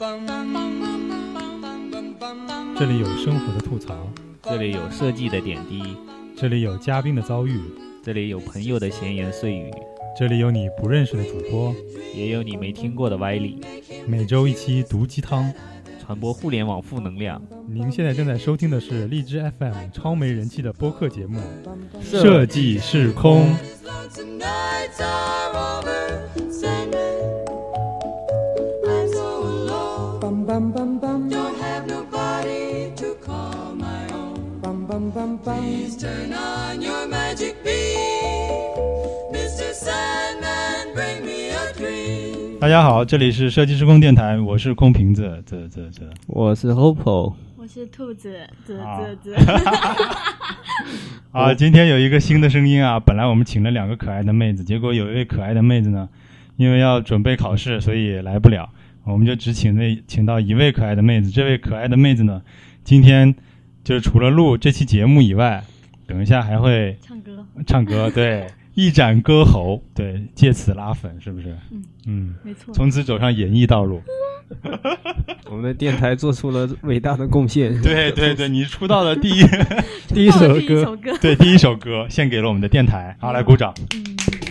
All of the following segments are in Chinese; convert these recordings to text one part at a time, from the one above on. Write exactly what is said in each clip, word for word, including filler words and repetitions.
这里有生活的吐槽， 这里有设计的点滴， 这里有嘉宾的遭遇， 这里有朋友的闲言碎语， 这里有你不认识的主播， 也有你没听过的歪理。 每周一期毒鸡汤， 传播互联网负能量。 您现在正在收听的是荔枝 F M 超没人气的播客节目《设计是空》。 Please turn on your magic beam, Mister Sandman, bring me a dream. 大家好，这里是设计师空电台，我是空瓶子，这这这， 我是 Hopo， 我是兔子，这这这。 啊，今天有一个新的声音啊！本来我们请了两个可爱的妹子，结果有一位可爱的妹子呢，因为要准备考试，所以来不了，我们就只请那请到一位可爱的妹子。这位可爱的妹子呢，今天就是除了录这期节目以外，等一下还会唱歌， 唱歌，对，一展歌喉，对，借此拉粉，是不是？ 嗯嗯， 没错， 从此走上演艺道路。 我们的电台做出了伟大的贡献。 对对对，你出道的第一第一首歌， 对，第一首歌献给了我们的电台。好，来鼓掌。 嗯，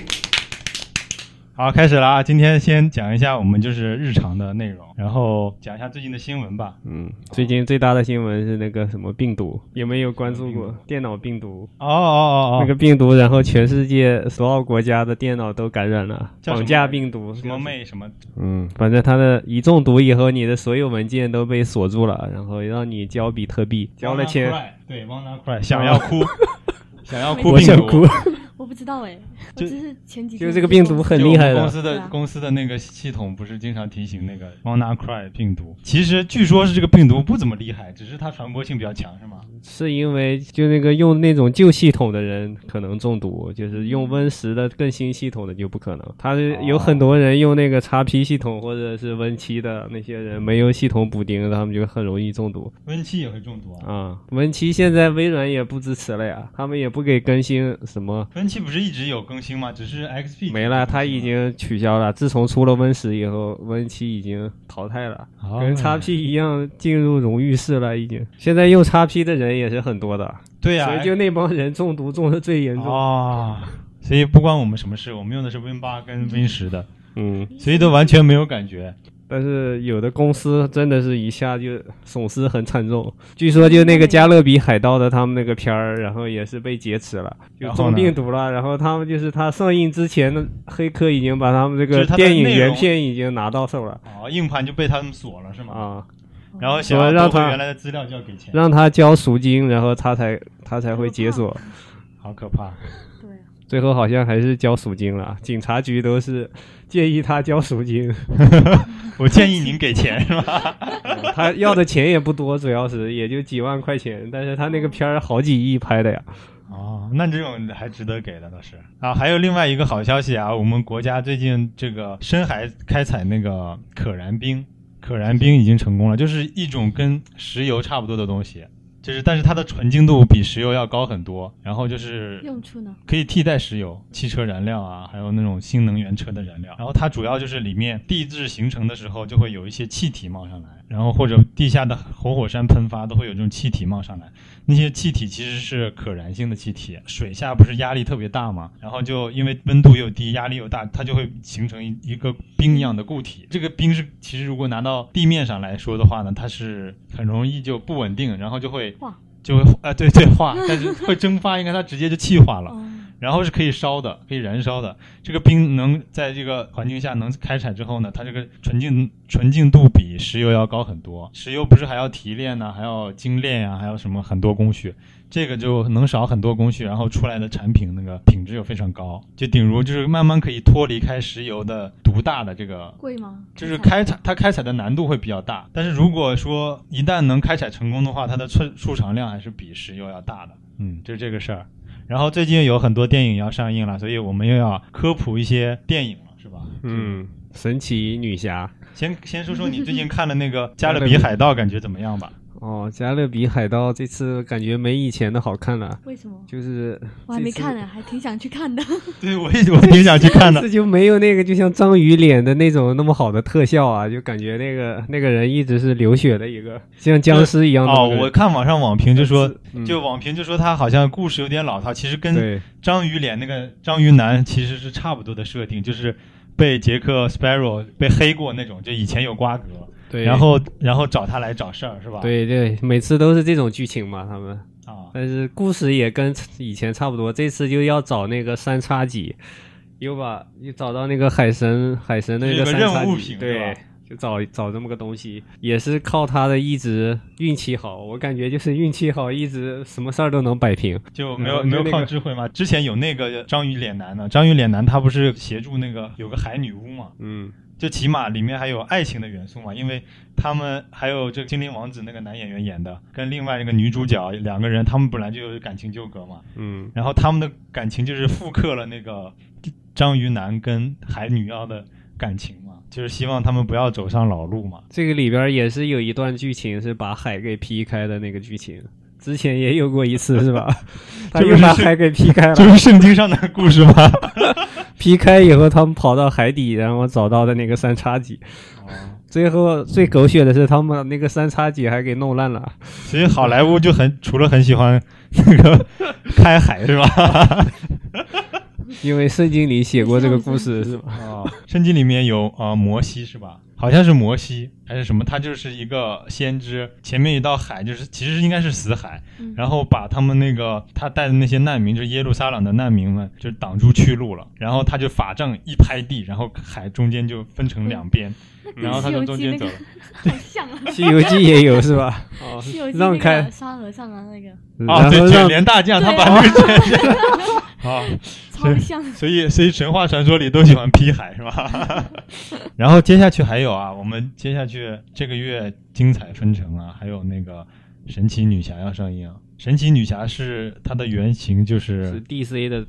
好，开始了啊！今天先讲一下我们就是日常的内容，然后讲一下最近的新闻吧。 嗯，最近最大的新闻是那个什么病毒，有没有关注过？电脑病毒。 哦哦哦哦， 那个病毒，然后全世界所有国家的电脑都感染了，绑架病毒， 什么妹什么？ 嗯，反正它的一中毒以后，你的所有文件都被锁住了，然后让你交比特币，交了钱。 对 ，wanna cry， 想要哭，想要哭， 我想哭。 我不知道哎，我只是前几天就这个病毒很厉害的。 公司的、啊、公司的那个系统不是经常提醒那个 WannaCry 病毒？其实据说是这个病毒不怎么厉害，只是它传播性比较强，是吗？ 是因为就那个用那种旧系统的人可能中毒，就是用 Win 十的更新系统的就不可能。他是有很多人用那个 X P 系统或者是 Win 七的那些人没有系统补丁，他们就很容易中毒。 Win 七也会中毒啊？ 啊、嗯、，Win 七现在微软也不支持了呀，他们也不给更新什么。 Win 七不是一直有更新吗？只是 X P 没了，它已经取消了。自从出了 Win 十以后 ，Win 七已经淘汰了，哦、跟 X P 一样进入荣誉室了。已经，现在用 X P 的人也是很多的。 对呀、啊， 所以就那帮人中毒中的最严重哦。所以不关我们什么事，我们用的是 Win 八跟 Win 十的， 嗯， 所以都完全没有感觉。 但是有的公司真的是一下就损失很惨重，据说就那个加勒比海盗的他们那个片儿，然后也是被劫持了，就中病毒了。然后他们就是他上映之前的黑客已经把他们这个电影原片已经拿到手了， 哦，硬盘就被他们锁了是吗？ 啊， 然后想要夺回原来的资料就要给钱， 让他交赎金，然后他才他才会解锁， 好可怕。 对， 最后好像还是交赎金了，警察局都是建议他交赎金。 我建议您给钱是吧？ 他要的钱也不多，主要是也就几万块钱，但是他那个片儿好几亿拍的呀。 哦，那这种还值得给的倒是啊。还有另外一个好消息啊，我们国家最近这个深海开采那个可燃冰，可燃冰已经成功了，就是一种跟石油差不多的东西。就是，但是它的纯净度比石油要高很多，然后就是用处呢， 可以替代石油、汽车燃料啊，还有那种新能源车的燃料。然后它主要就是里面地质形成的时候就会有一些气体冒上来，然后或者地下的活火山喷发都会有这种气体冒上来。那些气体其实是可燃性的气体，水下不是压力特别大嘛，然后就因为温度又低，压力又大，它就会形成一一个冰一样的固体。这个冰是其实如果拿到地面上来说的话呢，它是很容易就不稳定，然后就会就会啊、呃、对对化，但是会蒸发，应该它直接就气化了。然后是可以烧的，可以燃烧的。这个冰能在这个环境下能开采之后呢，它这个纯净纯净度比石油要高很多。石油不是还要提炼呢，还要精炼呀、啊，还有什么很多工序。这个就能少很多工序，然后出来的产品那个品质又非常高，就顶如就是慢慢可以脱离开石油的独大的这个。 贵吗？ 就是开采它开采的难度会比较大，但是如果说一旦能开采成功的话，它的出厂量还是比石油要大的。嗯，就是这个事儿。然后最近有很多电影要上映了，所以我们又要科普一些电影了，是吧？ 嗯，神奇女侠。 先先说说你最近看了那个《加勒比海盗》，感觉怎么样吧？ 哦，加勒比海盗这次感觉没以前的好看了。 为什么？ 就是我还没看呢，还挺想去看的。 对，我也我挺想去看的。 这就没有那个就像章鱼脸的那种那么好的特效啊，就感觉那个那个人一直是流血的一个，像僵尸一样的。 哦，我看网上网评就说， 嗯、 就网评就说他好像故事有点老套，其实跟章鱼脸那个章鱼男其实是差不多的设定，就是被杰克 Sparrow 被黑过那种，就以前有瓜葛。 对， 然后然后找他来找事儿是吧？ 对对，每次都是这种剧情嘛，他们啊， 但是故事也跟以前差不多。这次就要找那个三叉戟，又把又找到那个海神海神的那个三叉戟， 任务物品， 对，就找找这么个东西，也是靠他的一直运气好。我感觉就是运气好，一直什么事儿都能摆平， 就没有、嗯、没有靠智慧吗？之前有那个章鱼脸男呢，章鱼脸男他不是协助那个有个海女巫嘛？ 嗯。 就起码里面还有爱情的元素嘛，因为他们还有这个精灵王子那个男演员演的，跟另外那个女主角两个人，他们本来就有感情纠葛嘛， 嗯， 然后他们的感情就是复刻了那个章鱼男跟海女妖的感情嘛，就是希望他们不要走上老路嘛。 这个里边也是有一段剧情是把海给劈开的那个剧情。之前也有过一次是吧？他又把海给劈开了， 就是圣经上的故事吗？ 劈开以后，他们跑到海底，然后找到的那个三叉戟。哦，最后最狗血的是，他们那个三叉戟还给弄烂了。 其实好莱坞就很除了很喜欢那个开海是吧？ 因为圣经里写过这个故事是吧？ 哦，圣经里面有啊、呃、摩西是吧？好像是摩西还是什么，他就是一个先知，前面一道海就是其实应该是死海、嗯、然后把他们那个他带的那些难民，就是耶路撒冷的难民们就挡住去路了，然后他就法杖一拍地，然后海中间就分成两边、嗯、然后他就中间走了。 好像啊， 西游记也有是吧？ 哦，西游记让开沙和尚啊那个啊，对，卷帘大将他把那个卷帘啊， 超像， 所以所以神话传说里都喜欢劈海是吧？然后接下去还有啊，我们接下去这个月精彩纷呈啊，还有那个神奇女侠要上映啊。神奇女侠是它的原型就是是 D C 的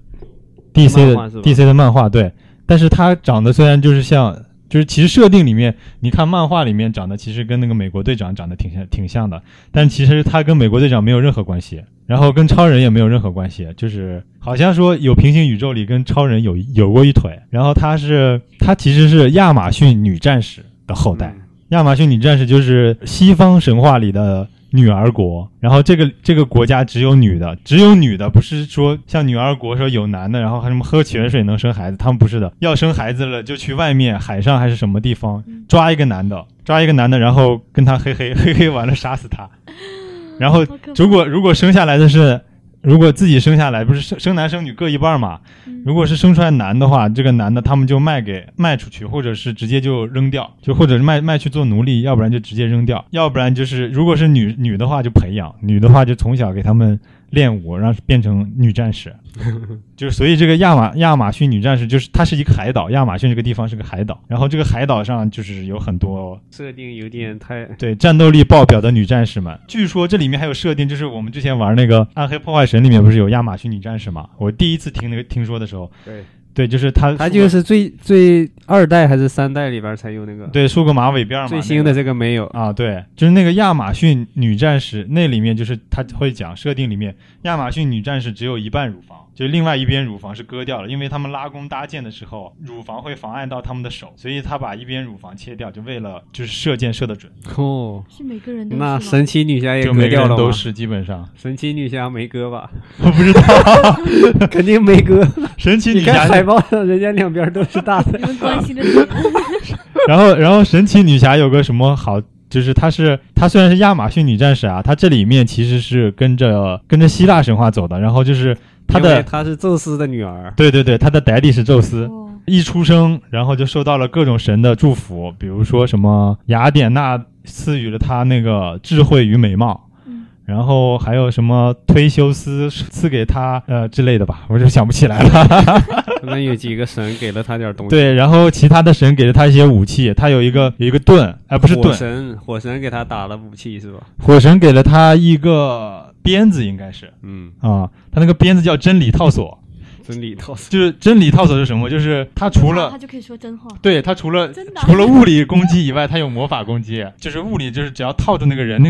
D C 的 D C 的漫画，对，但是它长得虽然就是像。就是其实设定里面，你看漫画里面长得其实跟那个美国队长长得挺像挺像的，但其实他跟美国队长没有任何关系，然后跟超人也没有任何关系，就是好像说有平行宇宙里跟超人有有过一腿，然后他是他其实是亚马逊女战士的后代，亚马逊女战士就是西方神话里的女儿国，然后这个这个国家只有女的，只有女的，不是说像女儿国说有男的，然后还什么喝泉水能生孩子，他们不是的，要生孩子了就去外面海上还是什么地方抓一个男的，抓一个男的，然后跟他嘿嘿嘿嘿完了杀死他，然后如果如果生下来的是。如果自己生下来不是生生男生女各一半嘛，如果是生出来男的话，这个男的他们就卖给卖出去，或者是直接就扔掉，就或者是卖卖去做奴隶，要不然就直接扔掉，要不然就是如果是女女的话就培养，女的话就从小给他们练武，让变成女战士。就是所以这个亚马亚马逊女战士就是它是一个海岛，亚马逊这个地方是个海岛，然后这个海岛上就是有很多设定有点太对战斗力爆表的女战士们。据说这里面还有设定，就是我们之前玩那个暗黑破坏神里面不是有亚马逊女战士吗？我第一次听那个听说的时候， 对对，就是他他就是最最二代还是三代里边才有那个， 对，梳个马尾辫嘛， 最新的这个没有、 那个、啊，对，就是那个亚马逊女战士那里面就是他会讲设定里面亚马逊女战士只有一半乳房，就另外一边乳房是割掉了，因为他们拉弓搭箭的时候乳房会妨碍到他们的手，所以他把一边乳房切掉，就为了就是射箭射得准。 哦， 是每个人都是那神奇女侠也割掉了吗？就每个人都是基本上。 神奇女侠没割吧？ 我不知道， 肯定没割。 神奇女侠， 你看海报上人家两边都是大的。 你们关心的然后，然后神奇女侠有个什么好？就是她是她虽然是亚马逊女战士啊，她这里面其实是跟着跟着希腊神话走的，然后就是她的她是宙斯的女儿， 对对对，她的爹地是宙斯、哦，一出生然后就受到了各种神的祝福，比如说什么雅典娜赐予了她那个智慧与美貌。然后还有什么忒修斯赐给他呃之类的吧，我就想不起来了。 可能有几个神给了他点东西。 对，然后其他的神给了他一些武器，他有一个有一个盾，哎、呃，不是盾， 火神，火神给他打了武器是吧？ 火神给了他一个鞭子，应该是， 嗯啊，他那个鞭子叫真理套索。 真理套索就是真理套索是什么？就是他除了他就可以说真话， 对他除了除了物理攻击以外，他有魔法攻击，就是物理就是只要套住那个人，那个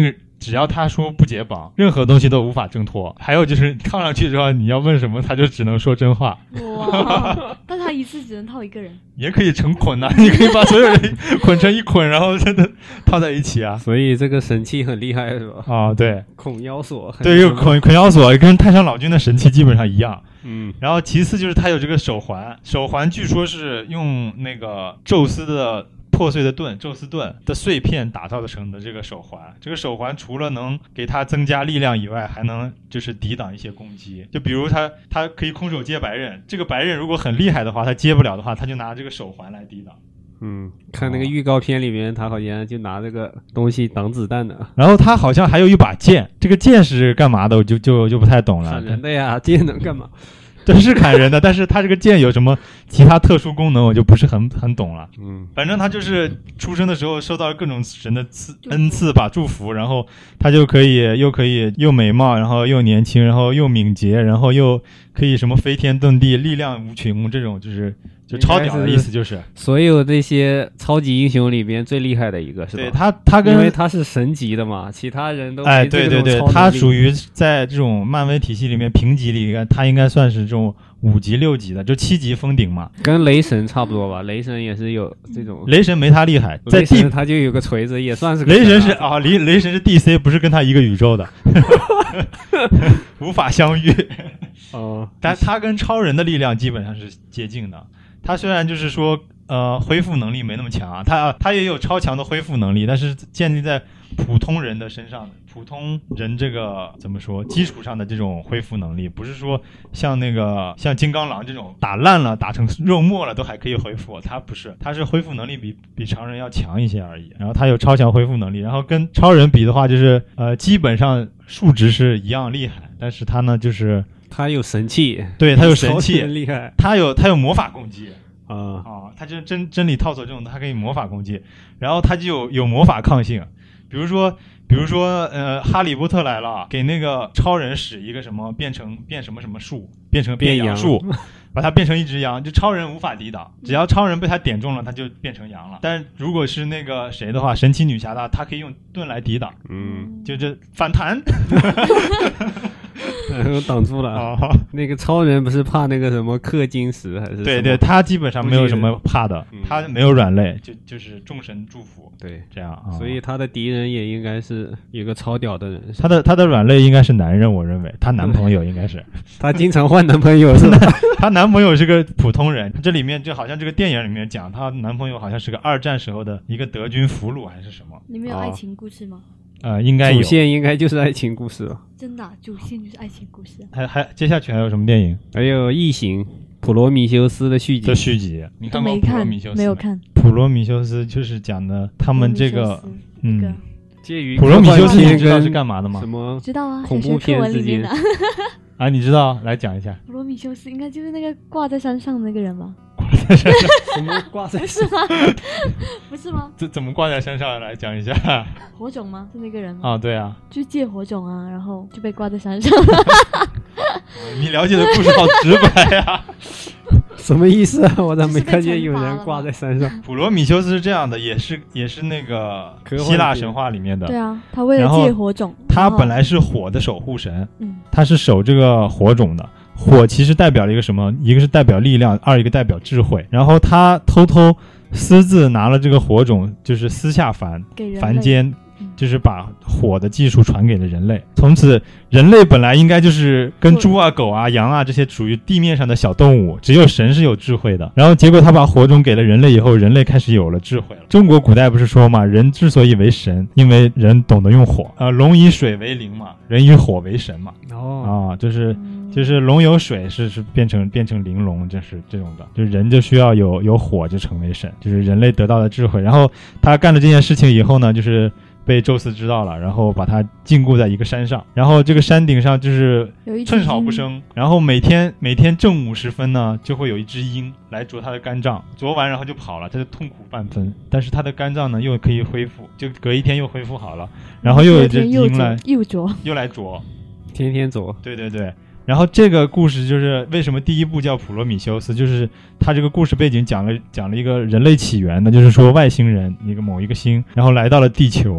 只要他说不解绑，任何东西都无法挣脱。还有就是套上去之后，你要问什么，他就只能说真话。 哇！但他一次只能套一个人， 也可以成捆呐、啊，你可以把所有人捆成一捆，然后真的套在一起啊。 所以这个神器很厉害是吧？ 啊，对， 孔妖锁， 对，有捆捆妖锁，跟太上老君的神器基本上一样。 嗯， 然后其次就是他有这个手环，手环据说是用那个宙斯的破碎的盾，宙斯盾的碎片打造成的这个手环。这个手环除了能给他增加力量以外，还能就是抵挡一些攻击。就比如他他可以空手接白刃，这个白刃如果很厉害的话，他接不了的话，他就拿这个手环来抵挡。 嗯，看那个预告片里面，他好像就拿这个东西挡子弹的。 然后他好像还有一把剑，这个剑是干嘛的？我就就就不太懂了。 砍人的呀，剑能干嘛？ 这是砍人的，但是他这个剑有什么其他特殊功能，我就不是很很懂了。 嗯， 反正他就是出生的时候受到了各种神的赐恩赐吧，祝福，然后他就可以又可以又美貌，然后又年轻，然后又敏捷，然后又可以什么飞天遁地，力量无穷，这种就是就超屌的意思，就是所有这些超级英雄里边最厉害的一个，是吧？ 对他，他跟因为他是神级的嘛，其他人都哎，对对对，他属于在这种漫威体系里面评级里，他应该算是这种五级六级的，就七级封顶嘛， 跟雷神差不多吧。雷神也是有这种， 雷神没他厉害，在雷神他就有个锤子，也算是个雷神是啊，雷雷神是 D C， 不是跟他一个宇宙的，无法相遇。 哦， 但他跟超人的力量基本上是接近的。他虽然就是说呃恢复能力没那么强啊，他他也有超强的恢复能力，但是建立在普通人的身上的，普通人这个怎么说基础上的这种恢复能力，不是说像那个像金刚狼这种打烂了打成肉末了都还可以恢复，他不是，他是恢复能力比比常人要强一些而已。然后他有超强恢复能力，然后跟超人比的话，就是呃基本上数值是一样厉害，但是他呢就是他有神器， 对他有神器厉害， 他有他有魔法攻击。 啊啊，他就是真真理套索这种，他可以魔法攻击，然后他就有有魔法抗性，比如说，比如说，呃，哈利波特来了，给那个超人使一个什么变成变什么什么树，变成变羊树，把它变成一只羊，就超人无法抵挡，只要超人被他点中了，他就变成羊了。但如果是那个谁的话，神奇女侠的话，他可以用盾来抵挡， 嗯， 就这反弹。 挡住了、 哦、 那个超人不是怕那个什么氪金石还是什么？ 对对，他基本上没有什么怕的， 嗯、 他没有软肋，就就是众神祝福， 对， 这样、 哦、所以他的敌人也应该是一个超屌的人。 他的他的软肋应该是男人，我认为他男朋友应该是他经常换男朋友是吧？ 他男朋友是个普通人，这里面就好像这个电影里面讲，他男朋友好像是个二战时候的一个德军俘虏还是什么？ 里面有爱情故事吗？ 哦呃，应该有。 主线应该就是爱情故事了。 真的、啊，主线就是爱情故事、啊。 还还接下去还有什么电影？ 还有《异形》普罗米修斯的续集。 的续集，你看过普罗米修斯？ 没有看。 普罗米修斯就是讲的他们这个，嗯， 个介于普罗米修斯，你知道是干嘛的吗？ 什么？ 知道啊， 恐怖片之间。 啊，你知道？来讲一下。 普罗米修斯应该就是那个挂在山上的那个人吧？ 挂在山上？ 什么挂在？ 不是吗？不是吗？ 这怎么挂在山上？来讲一下。 火种吗？是那个人吗？ 啊，对啊， 就借火种啊，然后就被挂在山上。 你了解的故事好直白呀、啊！ 什么意思啊？我咋没看见有人挂在山上？ 普罗米修斯是这样的，也是也是那个希腊神话里面的。 对啊，他为了借火种， 他本来是火的守护神， 嗯， 他是守这个火种的。火其实代表了一个什么？一个是代表力量，二一个代表智慧。然后他偷偷私自拿了这个火种，就是私下凡凡间。就是把火的技术传给了人类，从此人类本来应该就是跟猪啊、狗啊、羊啊这些属于地面上的小动物，只有神是有智慧的。然后结果他把火种给了人类以后，人类开始有了智慧了。中国古代不是说嘛，人之所以为神，因为人懂得用火。呃，龙以水为灵嘛，人以火为神嘛。 哦， 啊，就是就是龙有水是是变成变成灵龙，就是这种的。就是人就需要有有火就成为神，就是人类得到的智慧。然后他干了这件事情以后呢，就是被宙斯知道了，然后把他禁锢在一个山上，然后这个山顶上就是寸草不生，然后每天每天正午时分呢，就会有一只鹰来啄他的肝脏，啄完然后就跑了，他就痛苦半分，但是他的肝脏呢又可以恢复，就隔一天又恢复好了，然后又有一只鹰来又啄又来啄， 天天啄， 对对对。然后这个故事就是为什么第一部叫普罗米修斯，就是他这个故事背景讲了讲了一个人类起源的，就是说外星人一个某一个星，然后来到了地球，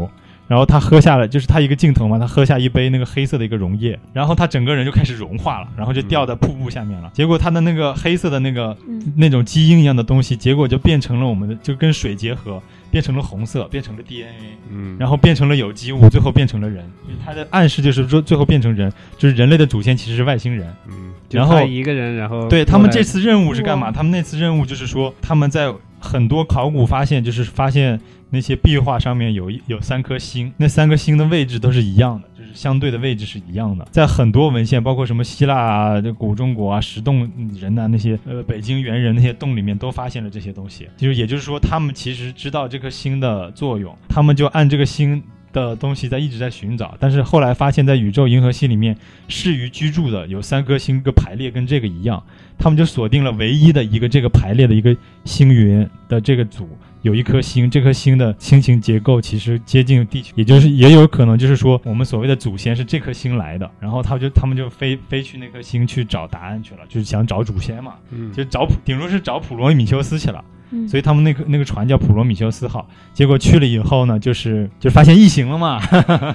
然后他喝下了，就是他一个镜头嘛，他喝下一杯那个黑色的一个溶液，然后他整个人就开始融化了，然后就掉在瀑布下面了。结果他的那个黑色的那个、嗯、那种基因一样的东西，结果就变成了我们的，就跟水结合，变成了红色，变成了 D N A， 嗯，然后变成了有机物，最后变成了人。他的暗示就是说，最后变成人，就是人类的祖先其实是外星人。 嗯，然后一个人，然后对他们这次任务是干嘛？他们那次任务就是说，他们在很多考古发现，就是发现那些壁画上面有有三颗星，那三颗星的位置都是一样的，就是相对的位置是一样的。在很多文献，包括什么希腊啊、古中国啊、石洞人啊那些呃北京猿人那些洞里面都发现了这些东西。就是也就是说，他们其实知道这颗星的作用，他们就按这个星的东西在一直在寻找，但是后来发现在宇宙银河系里面适于居住的有三颗星个排列跟这个一样，他们就锁定了唯一的一个这个排列的一个星云的这个组有一颗星，这颗星的星型结构其实接近地球，也就是也有可能就是说我们所谓的祖先是这颗星来的，然后他就他们就飞飞去那颗星去找答案去了，就是想找祖先嘛，嗯，就找顶多是找普罗米修斯去了。所以他们那个那个船叫普罗米修斯号，结果去了以后呢，就是就发现异形了嘛，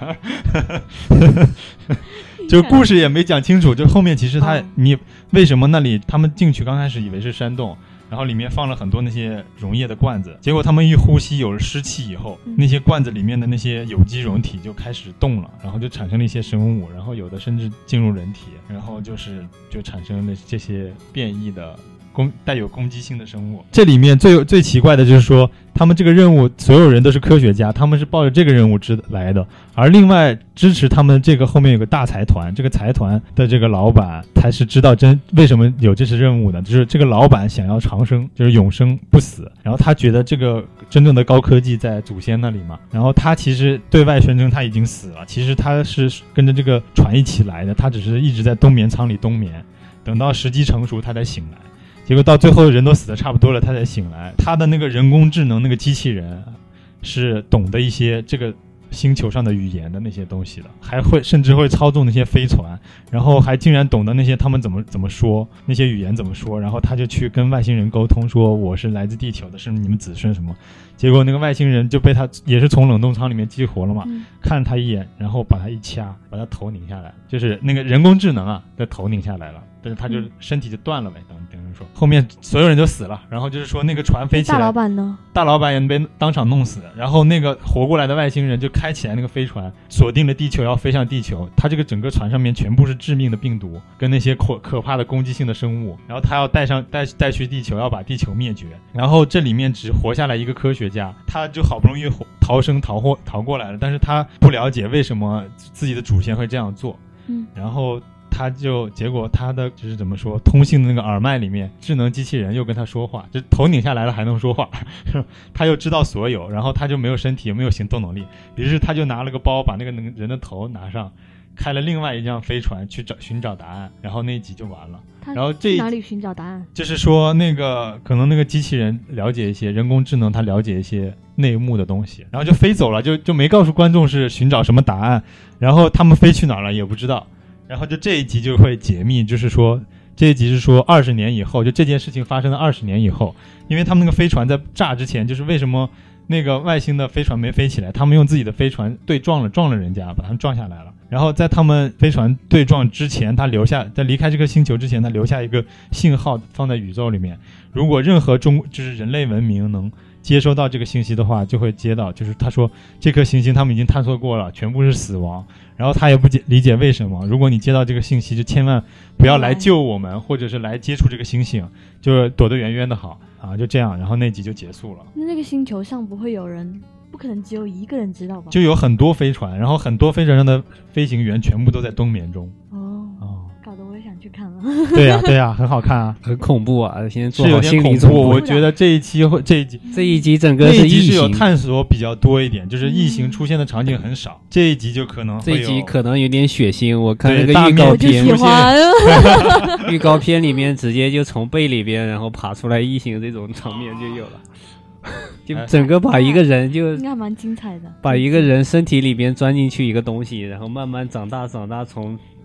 就故事也没讲清楚，就后面其实他、哦、你为什么那里他们进去刚开始以为是山洞，然后里面放了很多那些溶液的罐子，结果他们一呼吸有了湿气以后、嗯、那些罐子里面的那些有机溶体就开始动了，然后就产生了一些生物，然后有的甚至进入人体，然后就是就产生了这些变异的攻带有攻击性的生物。这里面最最奇怪的就是说，他们这个任务所有人都是科学家，他们是抱着这个任务之来的，而另外支持他们这个后面有个大财团，这个财团的这个老板才是知道真为什么有这次任务的，就是这个老板想要长生，就是永生不死，然后他觉得这个真正的高科技在祖先那里嘛，然后他其实对外宣称他已经死了，其实他是跟着这个船一起来的，他只是一直在冬眠舱里冬眠，等到时机成熟他才醒来，结果到最后人都死得差不多了他才醒来。他的那个人工智能那个机器人是懂得一些这个星球上的语言的那些东西的，还会甚至会操纵那些飞船，然后还竟然懂得那些他们怎么怎么说，那些语言怎么说，然后他就去跟外星人沟通说我是来自地球的，是你们子孙什么，结果那个外星人就被他也是从冷冻舱里面激活了嘛、嗯、看了他一眼，然后把他一掐，把他头拧下来，就是那个人工智能啊的头拧下来了，但是他就身体就断了呗，等等于说后面所有人都死了，然后就是说那个船飞起来， 大老板呢？大老板也被当场弄死，然后那个活过来的外星人就开起来那个飞船，锁定了地球要飞向地球，他这个整个船上面全部是致命的病毒跟那些可可怕的攻击性的生物，然后他要带上带带去地球，要把地球灭绝，然后这里面只活下来一个科学家，他就好不容易逃生逃过逃过来了，但是他不了解为什么自己的祖先会这样做，嗯，然后他就结果他的就是怎么说，通信的那个耳麦里面智能机器人又跟他说话，就头拧下来了还能说话他又知道所有，然后他就没有身体，没有行动能力，于是他就拿了个包把那个人的头拿上，开了另外一辆飞船去找寻找答案，然后那一集就完了。然后这哪里寻找答案？ 就是说那个可能那个机器人了解一些人工智能，他了解一些内幕的东西，然后就飞走了，就就没告诉观众是寻找什么答案，然后他们飞去哪儿了也不知道，然后就这一集就会解密，就是说这一集是说二十年以后，就这件事情发生了二十年以后，因为他们那个飞船在炸之前，就是为什么那个外星的飞船没飞起来，他们用自己的飞船对撞了撞了人家，把他们撞下来了，然后在他们飞船对撞之前，他留下在离开这个星球之前，他留下一个信号放在宇宙里面，如果任何中就是人类文明能接收到这个信息的话，就会接到，就是他说这颗行星他们已经探索过了，全部是死亡，然后他也不理解为什么，如果你接到这个信息就千万不要来救我们，或者是来接触这个星星，就躲得远远的好啊，就这样，然后那集就结束了。 那那个星球上不会有人，不可能只有一个人知道吧？ 就有很多飞船，然后很多飞船上的飞行员全部都在冬眠中。 哦哦，搞得我也想去看了。 对呀、啊、对呀、啊，很好看啊， 很恐怖啊！先做好心理准备。我觉得这一期会这一集这一集整个是异形， 这一集是有探索比较多一点，就是异形出现的场景很少。嗯、这一集就可能会有这一集可能有点血腥，我看那个预告片，预告片里面直接就从背里边然后爬出来异形这种场面就有了。就整个把一个人就应该蛮精彩的， 把一个人身体里边钻进去一个东西，然后慢慢长大长大，从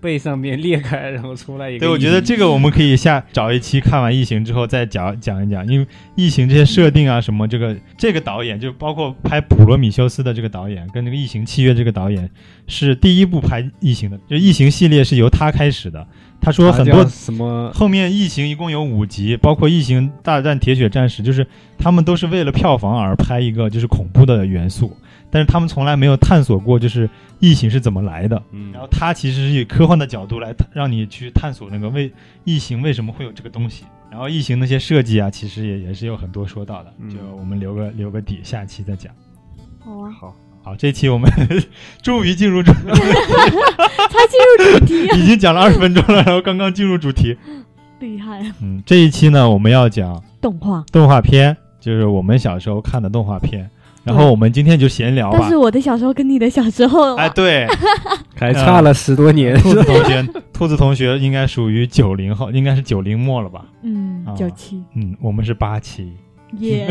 背上面裂开，然后出来一个。 对，我觉得这个我们可以下找一期看完《异形》之后再讲讲一讲，因为《异形》这些设定啊什么，这个这个导演就包括拍《普罗米修斯》的这个导演，跟这个《异形契约》这个导演是第一部拍《异形》的，就《异形》系列是由他开始的。他说很多什么后面《异形》一共有五集，包括《异形大战铁血战士》，就是他们都是为了票房而拍一个就是恐怖的元素。但是他们从来没有探索过，就是异形是怎么来的。嗯，然后他其实是以科幻的角度来让你去探索那个为异形为什么会有这个东西。然后异形那些设计啊，其实也也是有很多说到的，就我们留个留个底，下期再讲。 好啊， 好， 好，这期我们终于进入主题， 才进入主题、啊， 已经讲了二十分钟了，然后刚刚进入主题， 厉害啊！ 嗯，这一期呢，我们要讲动画动画片，就是我们小时候看的动画片。然后我们今天就闲聊吧。 但是我的小时候跟你的小时候， 哎，对， 还差了十多年。 兔子同学，兔子同学应该属于九零后，应该是九零末了吧？ 嗯，九七。 嗯，我们是八七。 耶。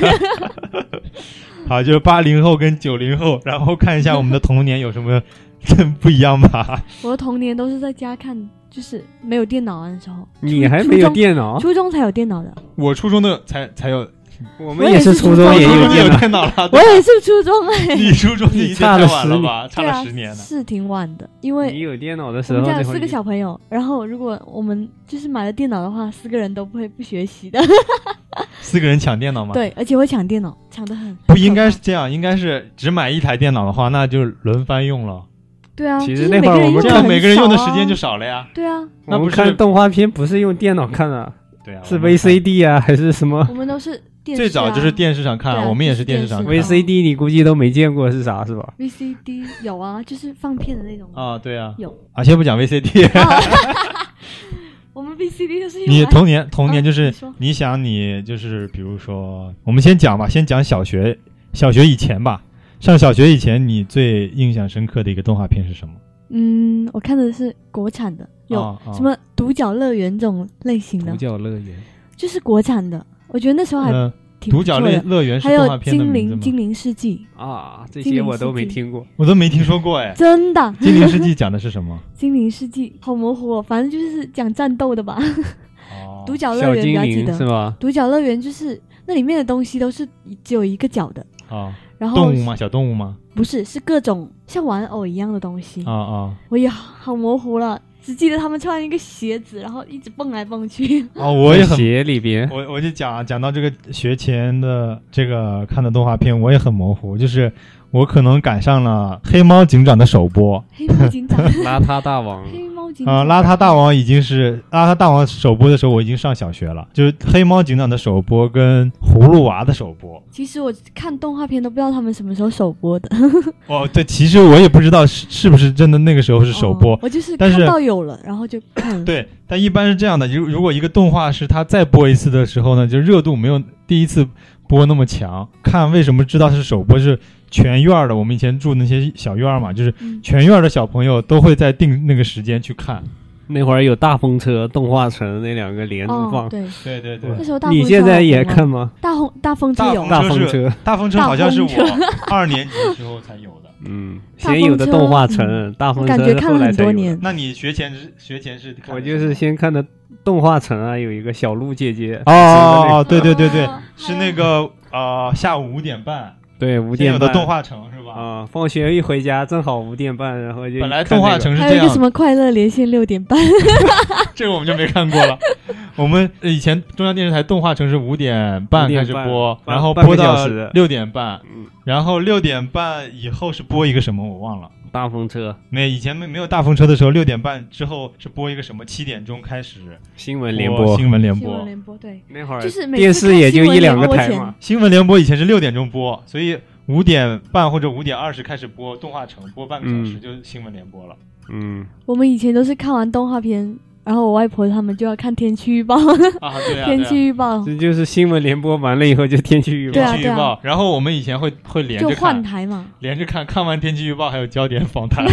好，就是八零后跟九零后，然后看一下我们的童年有什么不一样吧。 我的童年都是在家看，就是没有电脑的时候。 你还没有电脑？ 初中才有电脑的。 我初中的才才有。 我们也是初中也有电脑了， 我也是初中哎。 你初中你差了晚了吧？差了十年了。 是挺晚的，因为你有电脑的时候， 我们家有四个小朋友，然后如果我们就是买了电脑的话，四个人都不会不学习的。 四个人抢电脑吗？ 对，而且会抢电脑，抢得很。 不应该是这样，应该是只买一台电脑的话，那就轮番用了。 对啊， 其实那会儿我们这样每个人用的时间就少了呀。 对啊， 那不是看动画片不是用电脑看啊？ 对啊， 是 V C D 啊，还是什么？ 我们都是。 最早就是电视上看， 啊、 我们也是电视上看。 V C D 你估计都没见过是啥是吧 ？V C D 有啊，就是放片的那种。 啊，对啊， 有。 啊，先不讲 V C D。 我们 V C D 都是用。 你童年童年就是、 啊、 你, 你想你就是比如说，我们先讲吧，先讲小学小学以前吧。上小学以前，你最印象深刻的一个动画片是什么？ 嗯，我看的是国产的，有什么独角乐园这种类型的。 独角乐园就是国产的。我觉得那时候还挺不错的、 呃、独角乐乐园是动画片的名字吗？ 还有精灵精灵世纪啊，这些我都没听过， 我都没听说过哎。 真的？ 精灵世纪讲的是什么？ 精灵世纪好模糊哦，反正就是讲战斗的吧。 哦， 独角乐园比较记得是吧？ 独角乐园就是那里面的东西都是只有一个角的哦， 然后动物吗？小动物吗？ 不是，是各种像玩偶一样的东西啊啊、哦！ 我也好模糊了。只记得他们穿一个鞋子，然后一直蹦来蹦去。 哦，我也很鞋里边， 我我就讲讲到这个学前的这个看的动画片，我也很模糊，就是我可能赶上了黑猫警长的首播。 黑猫警长， 邋遢大王。 黑猫警长啊、呃，邋遢大王已经是邋遢大王首播的时候，我已经上小学了。就是黑猫警长的首播跟葫芦娃的首播。 其实我看动画片都不知道他们什么时候首播的。 哦，对，其实我也不知道是是不是真的那个时候是首播， 哦、我就是看到有了，然后就看了。 对，但一般是这样的，如如果一个动画是它再播一次的时候呢，就热度没有第一次播那么强。看为什么知道是首播，是全院的，我们以前住那些小院嘛，就是全院的小朋友都会在定那个时间去看。 那会儿有大风车、动画城那两个连着放， 哦、对对对对。 那时候大风车你现在也看吗？ 大风大风车有， 大风车， 大风车好像是我二年级的时候才有的。 嗯，先有的动画城，嗯、大风车感觉看了很多年。 那你学前是学前是看？ 我就是先看的动画城啊，有一个小鹿姐姐。 哦哦哦，对对对对，是那个呃下午五点半。 对，五点半有的动画城是吧？ 啊，放学一回家正好五点半，然后就、 本来动画城是这样， 还有一个什么快乐连线六点半， 这个我们就没看过了。我们以前中央电视台动画城是五点半开始播，然后播到六点半，然后六点半以后是播一个什么我忘了。 大风车没，以前没没有大风车的时候，六点半之后是播一个什么？七点钟开始新闻联播， 新闻联播， 新闻联播对， 那会儿就是电视也就一两个台嘛。 新闻联播以前是六点钟播，所以五点半或者五点二十开始播动画城，播半个小时就新闻联播了。 嗯， 我们以前都是看完动画片，然后我外婆他们就要看天气预报啊，对啊， 天气预报， 这就是新闻联播完了以后就天气预报， 对啊天气预报。然后我们以前会会连着看， 就换台嘛， 连着看，看完天气预报还有焦点访谈。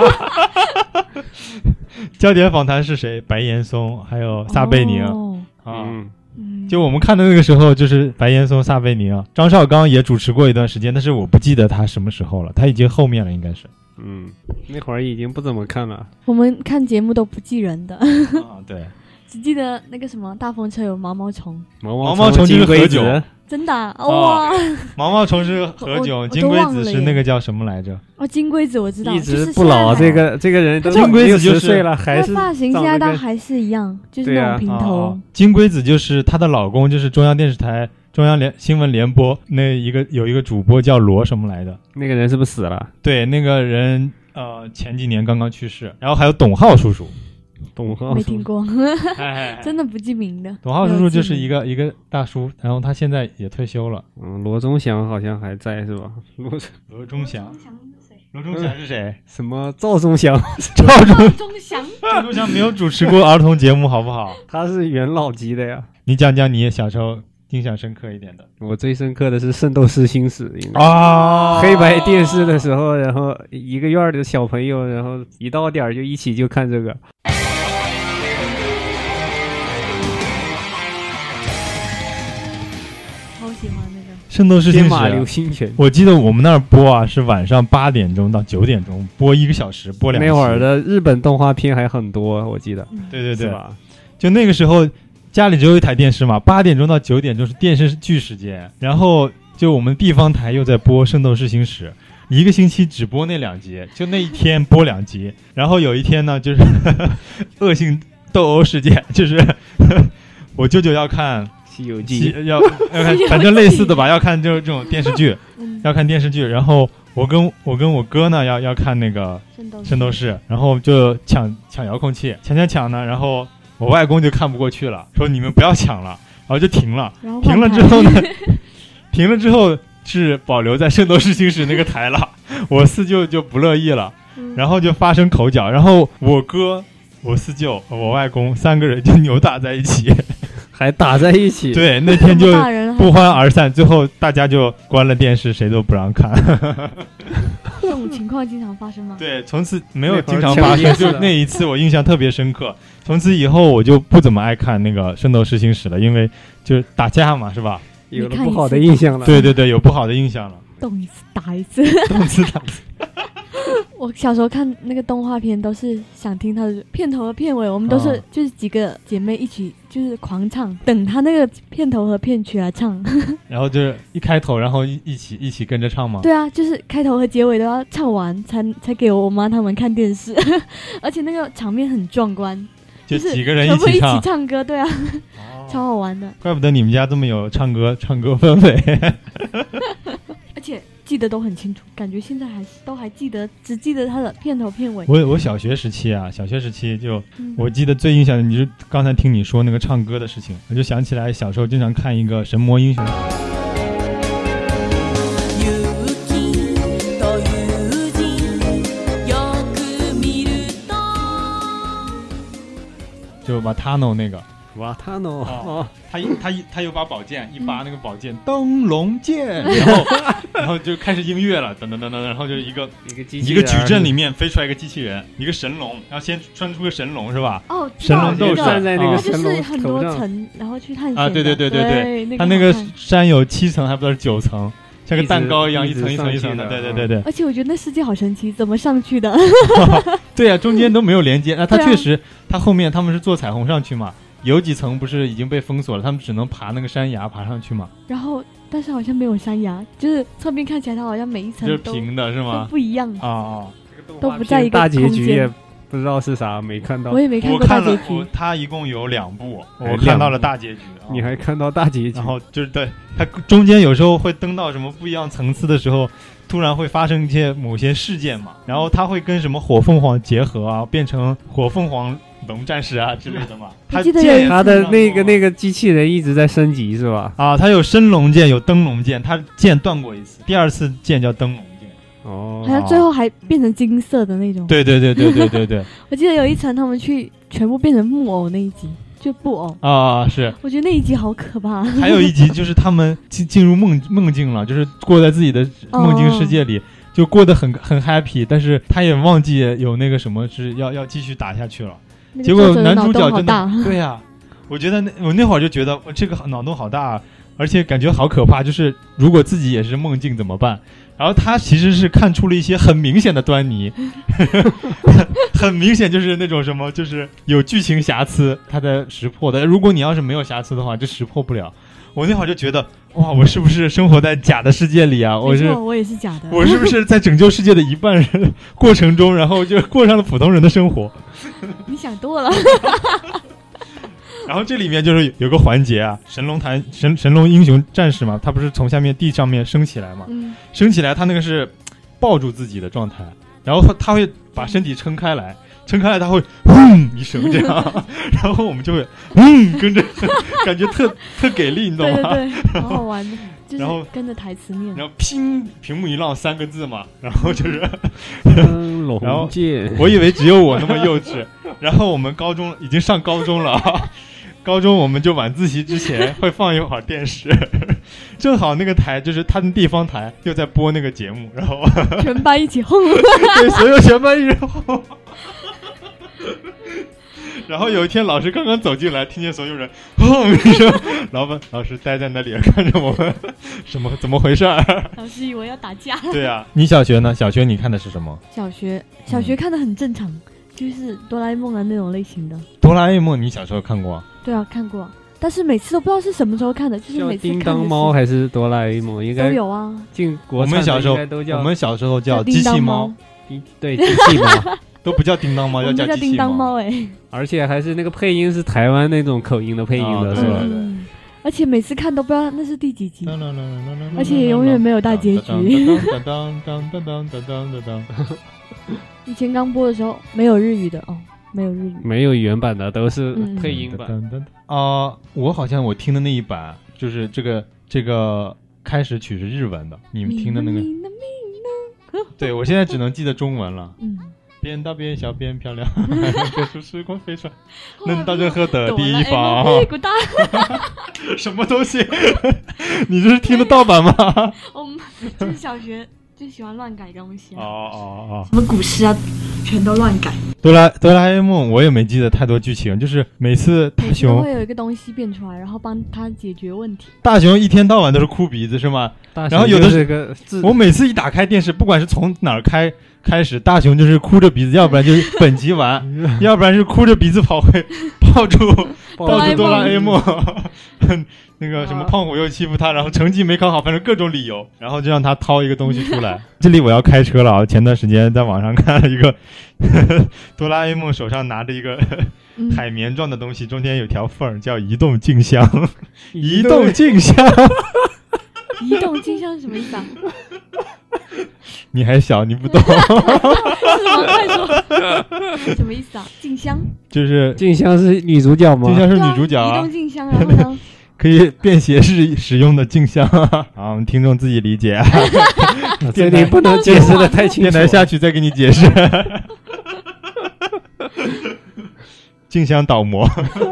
焦点访谈是谁？白岩松，还有撒贝宁、 哦、 啊。 嗯， 就我们看的那个时候，就是白岩松、撒贝宁，张绍刚也主持过一段时间，但是我不记得他什么时候了，他已经后面了，应该是。 嗯，那会儿已经不怎么看了。 我们看节目都不记人的， 啊，对， 只记得那个什么大风车有毛毛虫， 毛毛毛虫就是何炅， 真的、啊、哇、哦！ 毛毛虫是何炅，金龟子是那个叫什么来着？ 哦，金龟子我知道， 一直不老，这个这个人都金龟子就是十岁了，还是发型现在都还是一样，就是那种平头。 啊、金龟子就是她的老公，就是中央电视台中央联新闻联播那一个有一个主播叫罗什么来着？ 那个人是不是死了？ 对，那个人呃前几年刚刚去世。然后还有董浩叔叔。 董浩没听过哎， 真的不记名的。 董浩叔叔就是一个一个大叔，然后他现在也退休了。 嗯，罗忠祥好像还在是吧？罗罗忠祥，罗忠祥是谁？ 什么赵忠祥？ 赵忠祥， 赵忠祥没有主持过儿童节目，好不好？ 他是元老级的呀。 你讲讲你小时候印象深刻一点的。 我最深刻的是《圣斗士星矢》 啊， 黑白电视的时候，然后一个院的小朋友，然后一到点就一起就看这个。 喜欢那个圣斗士星矢流星拳， 我记得我们那儿播啊，是晚上八点钟到九点钟播一个小时，播两集。 那会儿的日本动画片还很多，我记得。 嗯、 对对对， 是吧？ 就那个时候家里只有一台电视嘛，八点钟到九点钟是电视剧时间，然后就我们地方台又在播圣斗士星矢，一个星期只播那两集，就那一天播两集。然后有一天呢，就是恶性斗殴事件，就是我舅舅要看。 西游记要要看，反正类似的吧，要看就是这种电视剧，要看电视剧。然后我跟我跟我哥呢，要要看那个圣斗士，然后就抢抢遥控器，抢抢抢呢。然后我外公就看不过去了，说你们不要抢了，然后就停了。停了之后呢，停了之后是保留在圣斗士星矢那个台了。我四舅就不乐意了，然后就发生口角，然后我哥、我四舅、我外公三个人就扭打在一起。 还打在一起， 对，那天就不欢而散，最后大家就关了电视，谁都不让看。 这种情况经常发生吗？ 对，从此没有经常发生，就那一次我印象特别深刻。从此以后我就不怎么爱看那个《圣斗士星矢》了，因为就是打架嘛，是吧？ 有了不好的印象了。 对对对，有不好的印象了。 动一次打一次， 动一次打一次。 我小时候看那个动画片都是想听它的片头和片尾，我们都是就是几个姐妹一起就是狂唱，等它那个片头和片曲来唱。 然后就是一开头，然后一一起一起跟着唱吗？ 对啊，就是开头和结尾都要唱完才才给我妈他们看电视，而且那个场面很壮观， 就几个人一起唱， 全部一起唱歌，对啊，哦、超好玩的。 怪不得你们家这么有唱歌唱歌氛围。 而且记得都很清楚，感觉现在还是都还记得，只记得它的片头片尾。 我我小学时期啊，小学时期就、嗯、我记得最印象的，你就刚才听你说那个唱歌的事情，我就想起来小时候经常看一个《神魔英雄》。就瓦塔诺那个。 瓦塔诺， 哦，他一他一他有把宝剑，一拔那个宝剑，灯笼剑，然后然后就开始音乐了，噔噔噔噔，然后就一个一个一个矩阵里面飞出来一个机器人，一个神龙，然后先穿出个神龙是吧？ 哦， 神龙斗士站在那个神龙就是很多层，然后去探险啊，对对对对对， 对，他那个山有七层，还不知道是九层。像个蛋糕一样，一层一层一层的，对对对对。 而且我觉得那世界好神奇，怎么上去的？ 对啊，中间都没有连接。那、啊、他确实，他后面他们是坐彩虹上去嘛，有几层不是已经被封锁了，他们只能爬那个山崖爬上去嘛。 然后，但是好像没有山崖，就是侧面看起来，它好像每一层都就是平的，是吗？ 都不一样啊啊， 都不在一个大结局也不知道是啥，没看到。 我也没看过大结局。 他一共有两部，我看到了大结局。 你还看到大结局？ 然后就是对他中间有时候会登到什么不一样层次的时候，突然会发生一些某些事件嘛，然后他会跟什么火凤凰结合啊，变成火凤凰龙战士啊之类的嘛。 他记得他的那个那个机器人一直在升级是吧？ 啊，他有升龙剑，有灯笼剑，他剑断过一次，第二次剑叫灯笼剑。 哦， 好像最后还变成金色的那种。 对对对对对对对。 我记得有一层他们去全部变成木偶那一集。就布偶啊，是， 我觉得那一集好可怕。 还有一集就是他们进进入梦梦境了，就是过在自己的梦境世界里，哦、就过得很很 happy， 但是他也忘记有那个什么是要要继续打下去了。 那结果男主角真的对呀、啊，我觉得那我那会儿就觉得这个脑洞好大， 而且感觉好可怕，就是如果自己也是梦境怎么办？然后他其实是看出了一些很明显的端倪，很明显就是那种什么，就是有剧情瑕疵，他在识破的。如果你要是没有瑕疵的话，就识破不了。我那会儿就觉得，哇，我是不是生活在假的世界里啊？我是， 我也是假的。 我是不是在拯救世界的一半人过程中，然后就过上了普通人的生活？ 你想多了。 然后这里面就是有个环节啊，神龙坛神神龙英雄战士嘛，他不是从下面地上面升起来嘛， 嗯， 升起来他那个是抱住自己的状态，然后他他会把身体撑开来，撑开来他会轰一声这样，然后我们就会嗯跟着，感觉特特给力，你懂吗？ 对对对，好好玩的。 然后跟着台词念， 然后拼屏幕一浪三个字嘛，然后就是嗯，龙然后剑， 我以为只有我那么幼稚，然后我们高中已经上高中了啊。高中我们就晚自习之前会放一会儿电视，正好那个台就是他的地方台又在播那个节目，然后全班一起轰， 对，所有全班一人轰。然后有一天老师刚刚走进来，听见所有人轰一声，老板老师待在那里看着我们，什么怎么回事？ 老师以为要打架。 对啊，你小学呢？小学你看的是什么？ 小学小学看的很正常，嗯、就是哆啦 A 梦啊那种类型的。 哆啦 A 梦你小时候看过啊？ 对啊，看过，但是每次都不知道是什么时候看的，就是每次看的是叮当猫还是哆啦 A 梦，应该都有啊。 进国产的应该都叫我们小时候叫机器猫， 对，机器猫都不叫叮当猫，要叫机器猫。叮当猫哎， 而且还是那个配音是台湾那种口音的配音的，是吧？ 嗯，而且每次看都不知道那是第几集，而且也永远没有大结局。以前刚播的时候没有日语的哦。没有日语， 没有原版的，都是配音版啊、呃。我好像我听的那一版就是这个这个开始曲是日文的，你们听的那个，对我现在只能记得中文了。嗯，边大边小边漂亮，飞出时光飞船，能到任何的地方。什么东西？你这是听的盗版吗？ 我们就是小学就喜欢乱改东西、啊。 哦哦哦！ 什么古诗啊，全都乱改。 哆啦哆啦 A 梦我也没记得太多剧情，就是每次大雄会有一个东西变出来，然后帮他解决问题。 大雄一天到晚都是哭鼻子是吗？然后有的是个，我每次一打开电视，不管是从哪儿开开始，大雄就是哭着鼻子，要不然就是本集完，要不然是哭着鼻子跑回抱住抱住哆啦 A 梦。那个什么胖虎又欺负他，然后成绩没考好，反正各种理由，然后就让他掏一个东西出来。这里我要开车了啊！前段时间在网上看了一个呵呵哆啦 A 梦手上拿着一个海绵状的东西，中间有条缝，叫移动镜像。移动镜像， 移动镜像是什么意思啊？ 你还小，你不懂。 是吗？快说，什么意思啊？静香就是静香是女主角吗？ 静香是女主角啊。 移动镜像，然后呢？ 可以便携式使用的镜像。好，我们听众自己理解。 这里不能解释的太清楚。 电台下去再给你解释。镜像导模。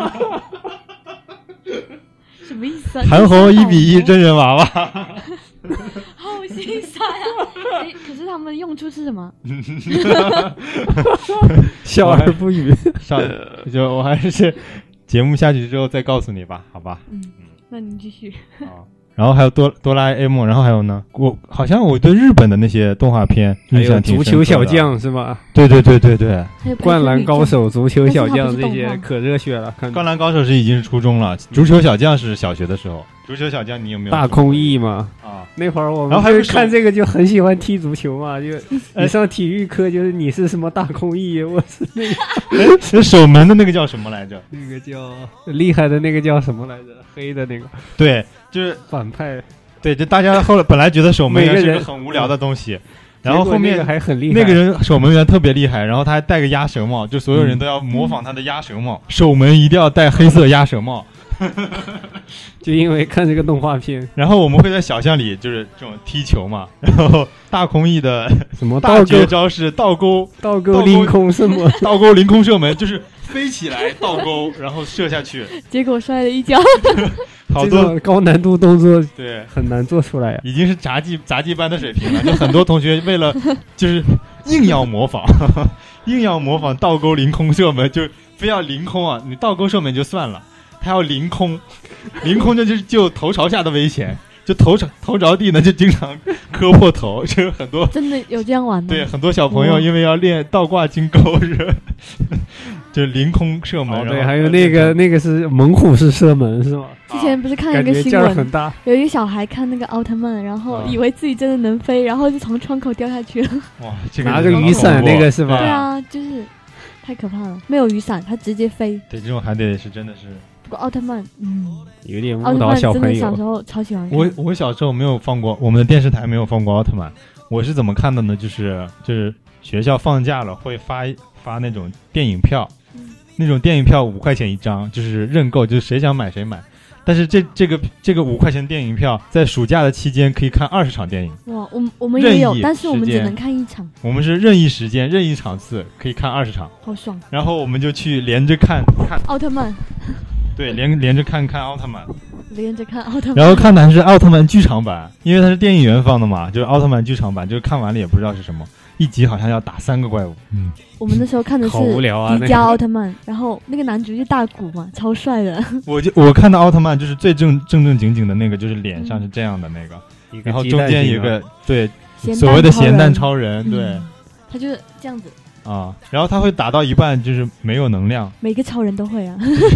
什么意思啊？ 韩红一比一真人娃娃。 好心塞啊！哎，可是他们用处是什么？ 笑而不语。 上就我还是节目下去之后再告诉你吧，好吧？ 嗯，那你继续。 好。然后还有哆哆啦 A 梦，然后还有呢，我好像我对日本的那些动画片印象挺深刻的。 足球小将是吗？ 对对对对对。 灌篮高手、足球小将这些可热血了。看灌篮高手是已经是初中了，足球小将是小学的时候。足球小将你有没有？ 大空翼嘛啊，那会儿我们然后还有看这个就很喜欢踢足球嘛，就一上体育课就是你是什么大空翼，我是那个守门的那个叫什么来着？ 那个叫厉害的那个叫什么来着？黑的那个。 对，就是反派。 对，就大家后来本来觉得守门员是个很无聊的东西。然后后面还很厉害， 那个人守门员特别厉害，然后他还戴个鸭舌帽，就所有人都要模仿他的鸭舌帽，嗯、守门一定要戴黑色鸭舌帽。 就因为看这个动画片， 然后我们会在小巷里就是这种踢球嘛，然后大空翼的什么大绝招是倒钩倒钩凌空射门， 倒钩凌空射门就是飞起来倒钩，然后射下去， 结果摔了一跤。 好多高难度动作， 对， 很难做出来呀、啊， 已经是杂技杂技班的水平了。就很多同学为了就是硬要模仿，硬要模仿倒钩凌空射门，就非要凌空啊！你倒钩射门就算了。 他要凌空，凌空就就是就头朝下的危险。就头着头着地呢，就经常磕破头，就是很多真的有这样玩吗？ 对，很多小朋友因为要练倒挂金钩是，就是凌空射门。 哦、对，还有那个那个是猛虎式射门是吗？ 之前不是看一个新闻，很大，有一个小孩看那个奥特曼，然后以为自己真的能飞，然后就从窗口掉下去了。 哇，这个拿个雨伞那个是吧？ 对啊，就是太可怕了，没有雨伞，他直接飞。 对，这种还得是真的是。 不过奥特曼，嗯， 有点误导小朋友。 真的小时候超喜欢看。 我我小时候没有放过，我们的电视台没有放过奥特曼。我是怎么看的呢？就是就是学校放假了会发发那种电影票，嗯、那种电影票五块钱一张，就是认购，就是谁想买谁买。但是这这个这个五块钱电影票在暑假的期间可以看二十场电影。 哇，我们我们也有，但是我们只能看一场。 我们是任意时间、任意场次可以看二十场， 好爽。 然后我们就去连着看看奥特曼。 对，连连着看看奥特曼， 连着看奥特曼， 然后看的还是奥特曼剧场版，因为它是电影院放的嘛，就是奥特曼剧场版，就是看完了也不知道是什么，一集好像要打三个怪物。嗯， 我们那时候看的是迪迦奥特曼，那个、然后那个男主就大古嘛，超帅的。 我就我看的奥特曼就是最正正正经经的那个，就是脸上是这样的那个，嗯、然后中间有个对所谓的咸蛋超人，嗯、对， 他就是这样子。 啊，然后他会打到一半就是没有能量， 每个超人都会啊，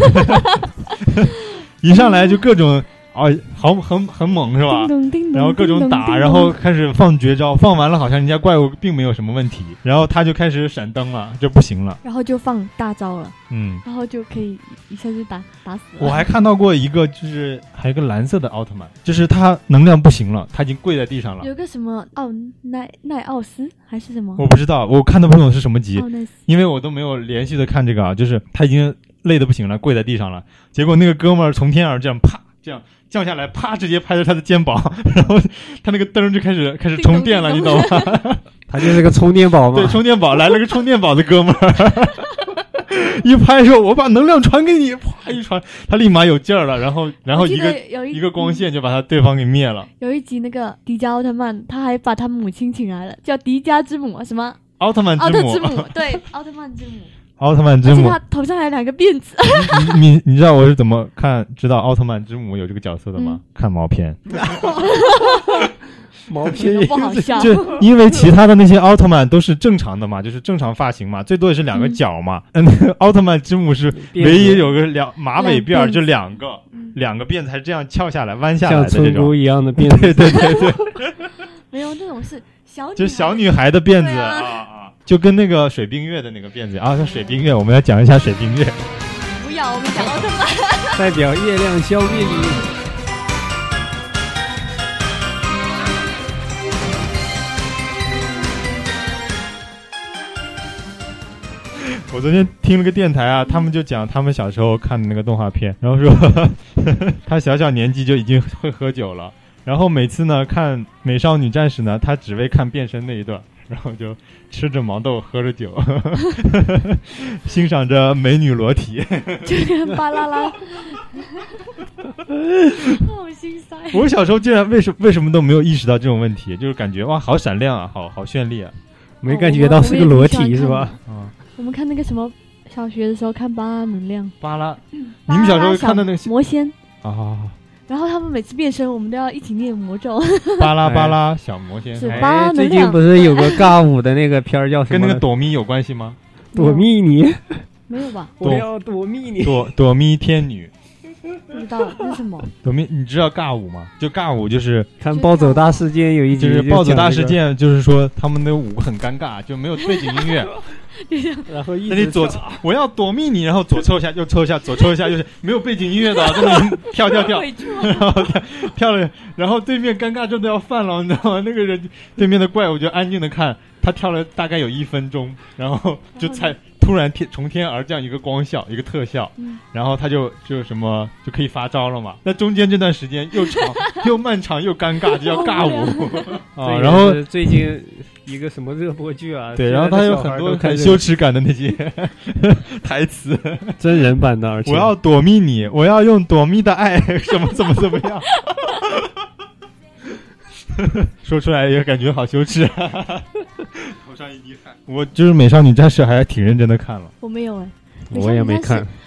一上来就各种啊，好很很猛是吧？ 叮咚叮咚然后各种打，然后开始放绝招，放完了好像人家怪物并没有什么问题，然后他就开始闪灯了，就不行了， 然后就放大招了， 嗯， 然后就可以一下就打打死了。 我还看到过一个，就是还有一个蓝色的奥特曼，就是他能量不行了，他已经跪在地上了。 有个什么奥奈奈奥斯还是什么？ 我不知道，我看都不懂是什么级，因为我都没有连续的看这个啊，就是他已经累得不行了，跪在地上了，结果那个哥们儿从天而降，啪这样降下来，啪直接拍着他的肩膀，然后他那个灯就开始开始充电了，你懂吗？ 他就是个充电宝嘛。 对，充电宝来了个充电宝的哥们儿，一拍说：“我把能量传给你。”啪一传，他立马有劲儿了，然后然后一个一个光线就把他对方给灭了。 有一集那个迪迦奥特曼，他还把他母亲请来了，叫迪迦之母，什么奥特曼之母？ 奥特之母，对，奥特曼之母。 奥特曼之母， 而且他头上还有两个辫子。 你你你知道我是怎么看知道奥特曼之母有这个角色的吗？嗯、看毛片。 毛片不好笑， 就因为其他的那些奥特曼都是正常的嘛，就是正常发型嘛，最多也是两个角嘛。嗯，那个奥特曼之母是唯一有个两马尾辫，就两个两个辫子还是这样翘下来弯下来的这种， 像村姑一样的辫子。 对对对对， 没有那种是小女， 就小女孩的辫子啊啊。就跟那个水冰月的那个辫子啊，像水冰月，我们来讲一下水冰月。 不要，我们讲奥特曼。 代表月亮消灭你。 我昨天听了个电台啊，他们就讲他们小时候看的那个动画片，然后说呵呵他小小年纪就已经会喝酒了，然后每次呢看《美少女战士》呢，他只为看变身那一段。然后就吃着毛豆喝着酒呵呵欣赏着美女裸体， 就跟巴啦啦好心塞。 我小时候竟然为什为什么都没有意识到这种问题，就是感觉哇好闪亮啊，好好绚丽啊， 没感觉到是个裸体是吧？ 啊，我们看那个什么小学的时候看巴拉能量， 巴拉，嗯、你们小时候看的那个魔仙啊。 然后他们每次变身，我们都要一起念魔咒。 巴拉巴拉小魔仙， 是巴拉能量。 最近不是有个尬舞的那个片儿叫什么？ 跟那个躲咪有关系吗？ 躲咪你没有吧？ 我要躲咪你。 躲躲咪天女。 不知道那是什么？ 躲咪，你知道尬舞吗？就尬舞就是看《暴走大事件》有一集， 就是《暴走大事件》，就是说他们的舞很尴尬，就没有背景音乐。 然后一直你左我要躲避你，然后左抽一下，右抽一下，左抽一下，就是没有背景音乐的，在那里跳跳跳，然后跳跳了，然后对面尴尬症都要犯了，你知道吗？那个人对面的怪物就安静的看他跳了大概有一分钟，然后就才突然天从天而降一个光效，一个特效，嗯、然后他就就什么就可以发招了嘛。那中间这段时间又长又漫长又尴尬，就叫尬舞啊。然后最近一个什么热播剧啊？ 对，然后他有很多很羞耻感的那些台词， 真人版的，而且我要躲避你，我要用躲避的爱，什么怎么怎么样。说出来也感觉好羞耻、啊，头上一滴汗。我就是《美少女战士》还挺认真的看了。 我没有哎、 欸，我也没看。 我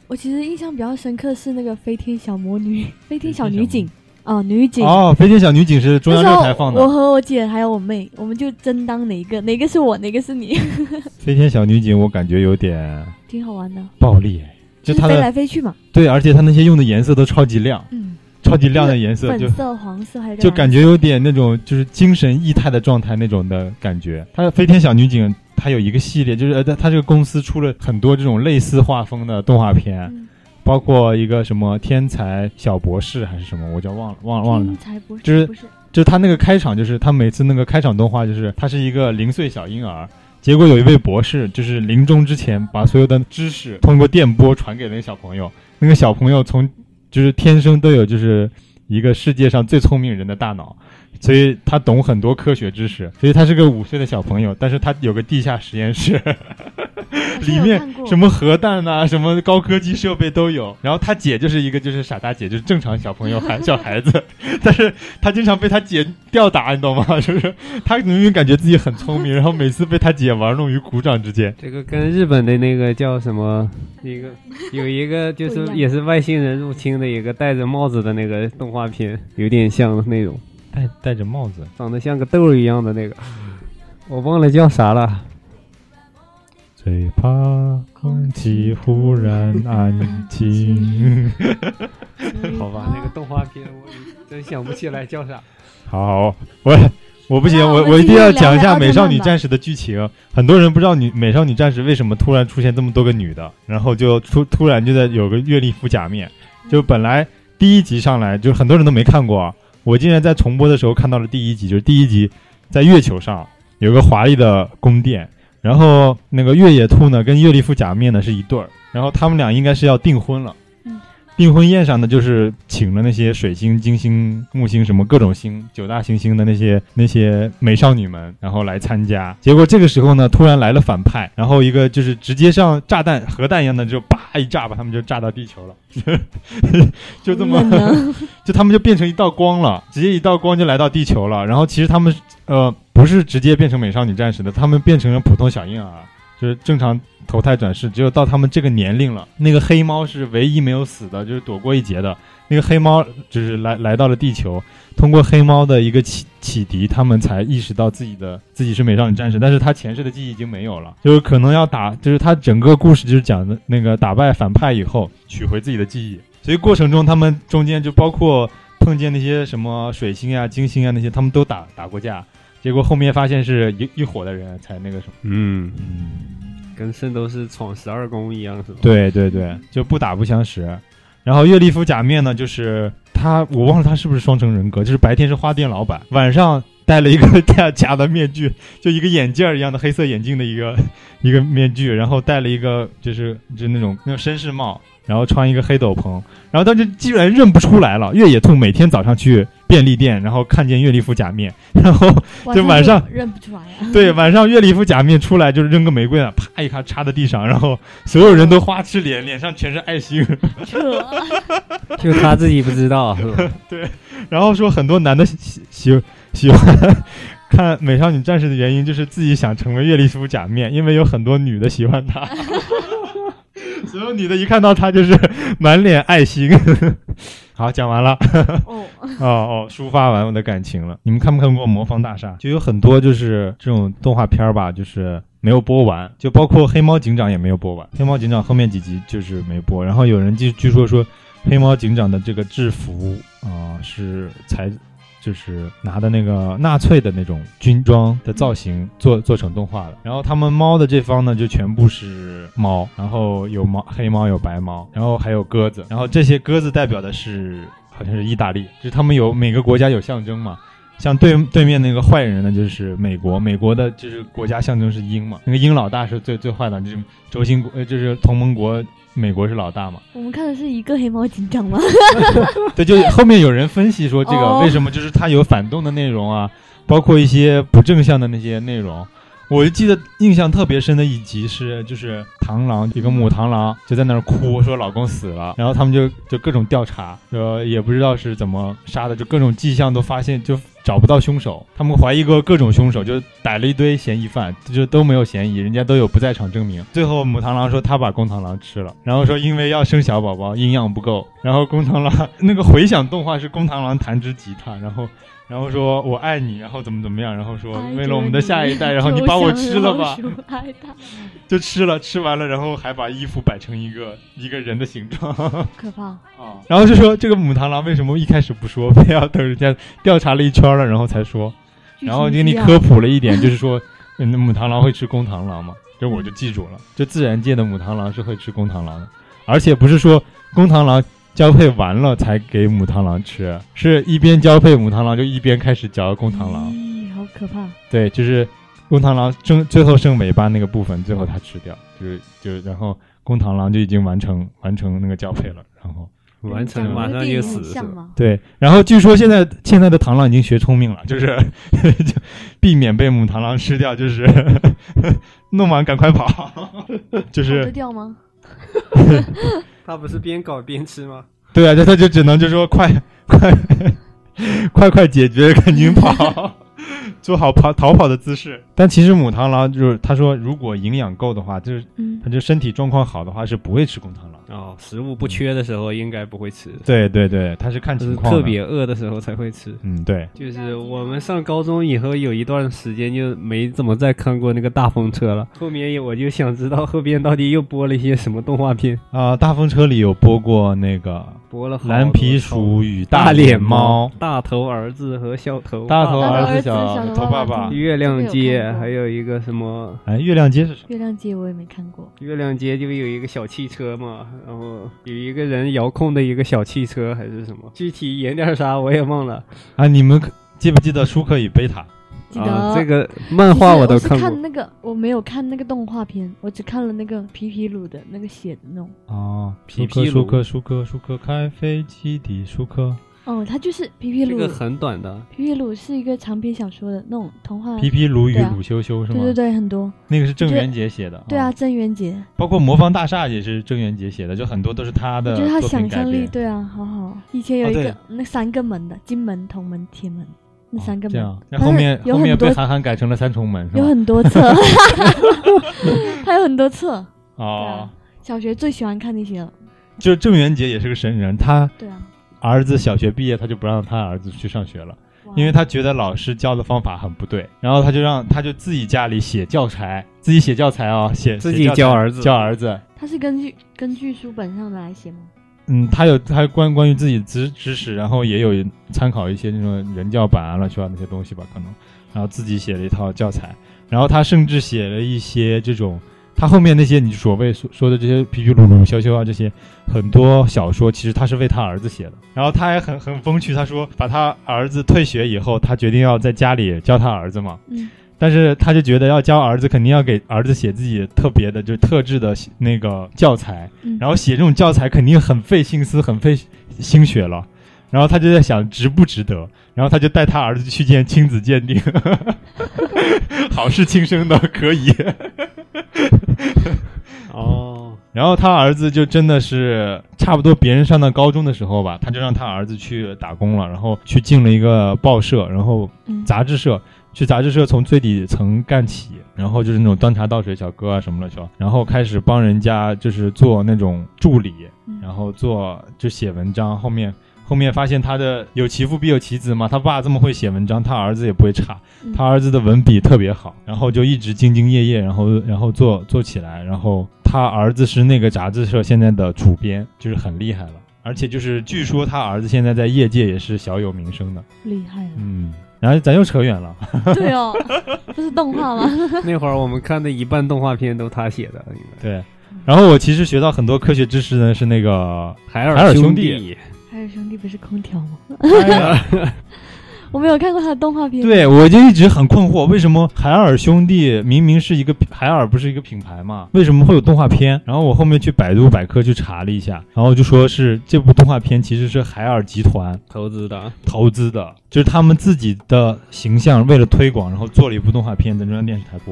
我其实印象比较深刻是那个飞天小魔女，飞天小女警。哦，女警哦，飞天小女警是中央六台放的。 我和我姐还有我妹，我们就争当哪一个，哪个是我，哪个是你。 飞天小女警我感觉有点挺好玩的， 暴力，就它的飞来飞去嘛。 对，而且它那些用的颜色都超级亮， 嗯， 超级亮的颜色，就粉色、黄色还有就感觉有点那种就是精神异态的状态那种的感觉。它飞天小女警它有一个系列，就是呃，它这个公司出了很多这种类似画风的动画片。嗯，包括一个什么天才小博士还是什么，我就忘了忘了忘了。 天才博士就是不是就是他那个开场，就是他每次那个开场动画，就是他是一个零岁小婴儿，结果有一位博士，就是临终之前把所有的知识通过电波传给那个小朋友，那个小朋友从就是天生都有就是一个世界上最聪明人的大脑，所以他懂很多科学知识，所以他是个五岁的小朋友，但是他有个地下实验室。里面什么核弹啊，什么高科技设备都有。然后他姐就是一个就是傻大姐，就是正常小朋友孩小孩子，但是他经常被他姐吊打，你懂吗？就是他明明感觉自己很聪明，然后每次被他姐玩弄于股掌之间。 这个跟日本的那个叫什么一个有一个就是也是外星人入侵的一个戴着帽子的那个动画片有点像的那种， 戴戴着帽子， 长得像个豆一样的那个，我忘了叫啥了。 最怕空气忽然安静。 好吧，那个动画片我真想不起来叫啥。 好好，我我不行，我我一定要讲一下美少女战士的剧情。很多人不知道女美少女战士为什么突然出现这么多个女的，然后就突突然就在有个月丽夫假面，就本来第一集上来就很多人都没看过，我竟然在重播的时候看到了第一集，就是第一集在月球上有个华丽的宫殿。然后那个月野兔呢跟月丽夫假面呢是一对儿，然后他们俩应该是要订婚了。嗯，订婚宴上呢就是请了那些水星、金星、木星什么各种星九大行星的那些那些美少女们，然后来参加。结果这个时候呢突然来了反派，然后一个就是直接像炸弹核弹一样的就叭一炸把他们就炸到地球了。就这么就他们就变成一道光了，直接一道光就来到地球了。然后其实他们呃不是直接变成美少女战士的，他们变成了普通小婴儿，就是正常投胎转世，只有到他们这个年龄了。那个黑猫是唯一没有死的，就是躲过一劫的。那个黑猫就是来来到了地球，通过黑猫的一个启启迪，他们才意识到自己的自己是美少女战士，但是他前世的记忆已经没有了，就是可能要打，就是他整个故事就是讲的那个打败反派以后取回自己的记忆，所以过程中他们中间就包括碰见那些什么水星啊、金星啊那些，他们都打打过架，结果后面发现是一一伙的人才那个什么， 嗯嗯，跟圣斗士闯十二宫一样是吧？ 对对对，就不打不相识。然后月丽夫假面呢，就是他，我忘了他是不是双重人格，就是白天是花店老板，晚上戴了一个假假的面具，就一个眼镜一样的黑色眼镜的一个一个面具，然后戴了一个就是就是那种那种绅士帽，然后穿一个黑斗篷，然后他就居然认不出来了。月野兔每天早上去便利店，然后看见月丽夫假面，然后就晚上认不出来啊。 对，晚上月丽夫假面出来就是扔个玫瑰啊，啪一卡插在地上，然后所有人都花痴脸，脸上全是爱心。 就他自己不知道是吧？ 对，然后说很多男的喜喜喜欢看美少女战士的原因就是自己想成为月丽夫假面，因为有很多女的喜欢他。所有女的一看到他就是满脸爱心。好，讲完了。哦哦哦，抒发完我的感情了。你们看没看过《魔方大厦》？就有很多就是这种动画片吧，就是没有播完，就包括黑猫警长也没有播完。黑猫警长后面几集就是没播，然后有人据据说说黑猫警长的这个制服啊、呃、是才。就是拿的那个纳粹的那种军装的造型做做成动画的，然后他们猫的这方呢就全部是猫，然后有猫黑猫有白猫，然后还有鸽子，然后这些鸽子代表的是好像是意大利，就是他们有每个国家有象征嘛，像对对面那个坏人呢就是美国，美国的就是国家象征是鹰嘛，那个鹰老大是最最坏的，就是轴心国，就是同盟国。美国是老大嘛？ 我们看的是一个黑猫警长吗？ 对，就后面有人分析说这个为什么就是它有反动的内容啊，包括一些不正向的那些内容， 我就记得印象特别深的一集是，就是螳螂一个母螳螂就在那儿哭，说老公死了，然后他们就就各种调查，说也不知道是怎么杀的，就各种迹象都发现，就找不到凶手，他们怀疑过各种凶手，就逮了一堆嫌疑犯，就都没有嫌疑，人家都有不在场证明。最后母螳螂说他把公螳螂吃了，然后说因为要生小宝宝，营养不够，然后公螳螂那个回响动画是公螳螂弹支吉他，然后然后说我爱你，然后怎么怎么样，然后说为了我们的下一代，然后你把我吃了吧，就吃了，吃完了，然后还把衣服摆成一个一个人的形状， 可怕啊！然后就说这个母螳螂为什么一开始不说，非要等人家调查了一圈了，然后才说，然后给你科普了一点，就是说，嗯，母螳螂会吃公螳螂嘛，这我就记住了，就自然界的母螳螂是会吃公螳螂的，而且不是说公螳螂交配完了才给母螳螂吃，是一边交配母螳螂就一边开始嚼公螳螂。 咦，好可怕！ 对，就是公螳螂剩最后剩尾巴那个部分，最后它吃掉，就是就然后公螳螂就已经完成完成那个交配了，然后完成马上就死是吧？ 对，然后据说现在现在的螳螂已经学聪明了，就是就避免被母螳螂吃掉，就是弄完赶快跑，就是跑得掉吗？ 他不是边搞边吃吗？ 对啊，他就只能就说快快快快解决，赶紧跑，做好跑逃跑的姿势。但其实母螳螂就是他说，如果营养够的话，就是他就身体状况好的话，是不会吃公螳螂。 哦，食物不缺的时候应该不会吃。 对对对，他是看情况的， 特别饿的时候才会吃。 嗯，对， 就是我们上高中以后有一段时间就没怎么再看过那个大风车了。后面我就想知道后边到底又播了一些什么动画片啊、呃？大风车里有播过那个播了蓝皮鼠与大脸猫、 大头儿子和小头大头儿子、 小头爸爸、 月亮街，还有一个什么？ 哎，月亮街是什么？ 月亮街我也没看过。 月亮街就有一个小汽车嘛，然后有一个人遥控的一个小汽车还是什么，具体演点啥我也忘了啊。你们记不记得舒克与贝塔？ 记得、 啊、这个漫画我都看过。 我是看那个，我没有看那个动画片，我只看了那个皮皮鲁的那个写的那种。 哦，皮皮鲁，舒克舒克舒克开飞机的舒克。 哦，它就是皮皮鲁， 这个很短的。 皮皮鲁是一个长篇小说的那种童话。 皮皮鲁与鲁修修、啊、是吗？ 对对对，很多。 那个是郑渊洁写的。 对啊， 哦、 郑渊洁。 包括魔方大厦也是郑渊洁写的，就很多都是他的。 我觉得他想象力，对啊，好好。以前有一个、 哦、 那三个门的，金门、铜门、铁门。那三个门， 哦、那后面后面被韩寒改成了三重门， 有很多册，他有很多册。 哦、啊， 小学最喜欢看那些了。 就郑渊洁也是个神人，他对啊， 儿子小学毕业他就不让他儿子去上学了，因为他觉得老师教的方法很不对，然后他就让他就自己家里写教材，自己写教材啊、哦，写自己教儿子教儿子。 他是根据根据书本上的来写吗？ 嗯，他有他关关于自己的知知识，然后也有参考一些那种人教版啊、乱七八糟那些东西吧，可能，然后自己写了一套教材，然后他甚至写了一些这种，他后面那些你所谓说说的这些皮皮鲁鲁、修修啊这些很多小说，其实他是为他儿子写的，然后他还很很风趣，他说把他儿子退学以后，他决定要在家里教他儿子嘛， 嗯。 但是他就觉得要教儿子肯定要给儿子写自己特别的就是特制的那个教材、嗯、然后写这种教材肯定很费心思很费心血了，然后他就在想值不值得，然后他就带他儿子去见亲子鉴定好是亲生的可以哦， 然后他儿子就真的是差不多别人上到高中的时候吧，他就让他儿子去打工了，然后去进了一个报社，然后杂志社、嗯去杂志社从最底层干起，然后就是那种端茶倒水小哥啊什么的，然后开始帮人家就是做那种助理，然后做就写文章，后面后面发现他的有其父必有其子嘛，他爸这么会写文章，他儿子也不会差，他儿子的文笔特别好，然后就一直兢兢业业，然后然后做做起来，然后他儿子是那个杂志社现在的主编，就是很厉害了，而且就是据说他儿子现在在业界也是小有名声的， 厉害了， 嗯。然后咱又扯远了对哦，这是动画吗？ 那会儿我们看的一半动画片都他写的。 对，然后我其实学到很多科学知识呢，是那个海尔兄弟。 海尔兄弟不是空调吗？哎呀我没有看过他的动画片。 对，我就一直很困惑，为什么海尔兄弟明明是一个海尔不是一个品牌嘛，为什么会有动画片？然后我后面去百度百科去查了一下，然后就说是这部动画片其实是海尔集团投资的， 投资的，就是他们自己的形象为了推广，然后做了一部动画片在中央电视台播。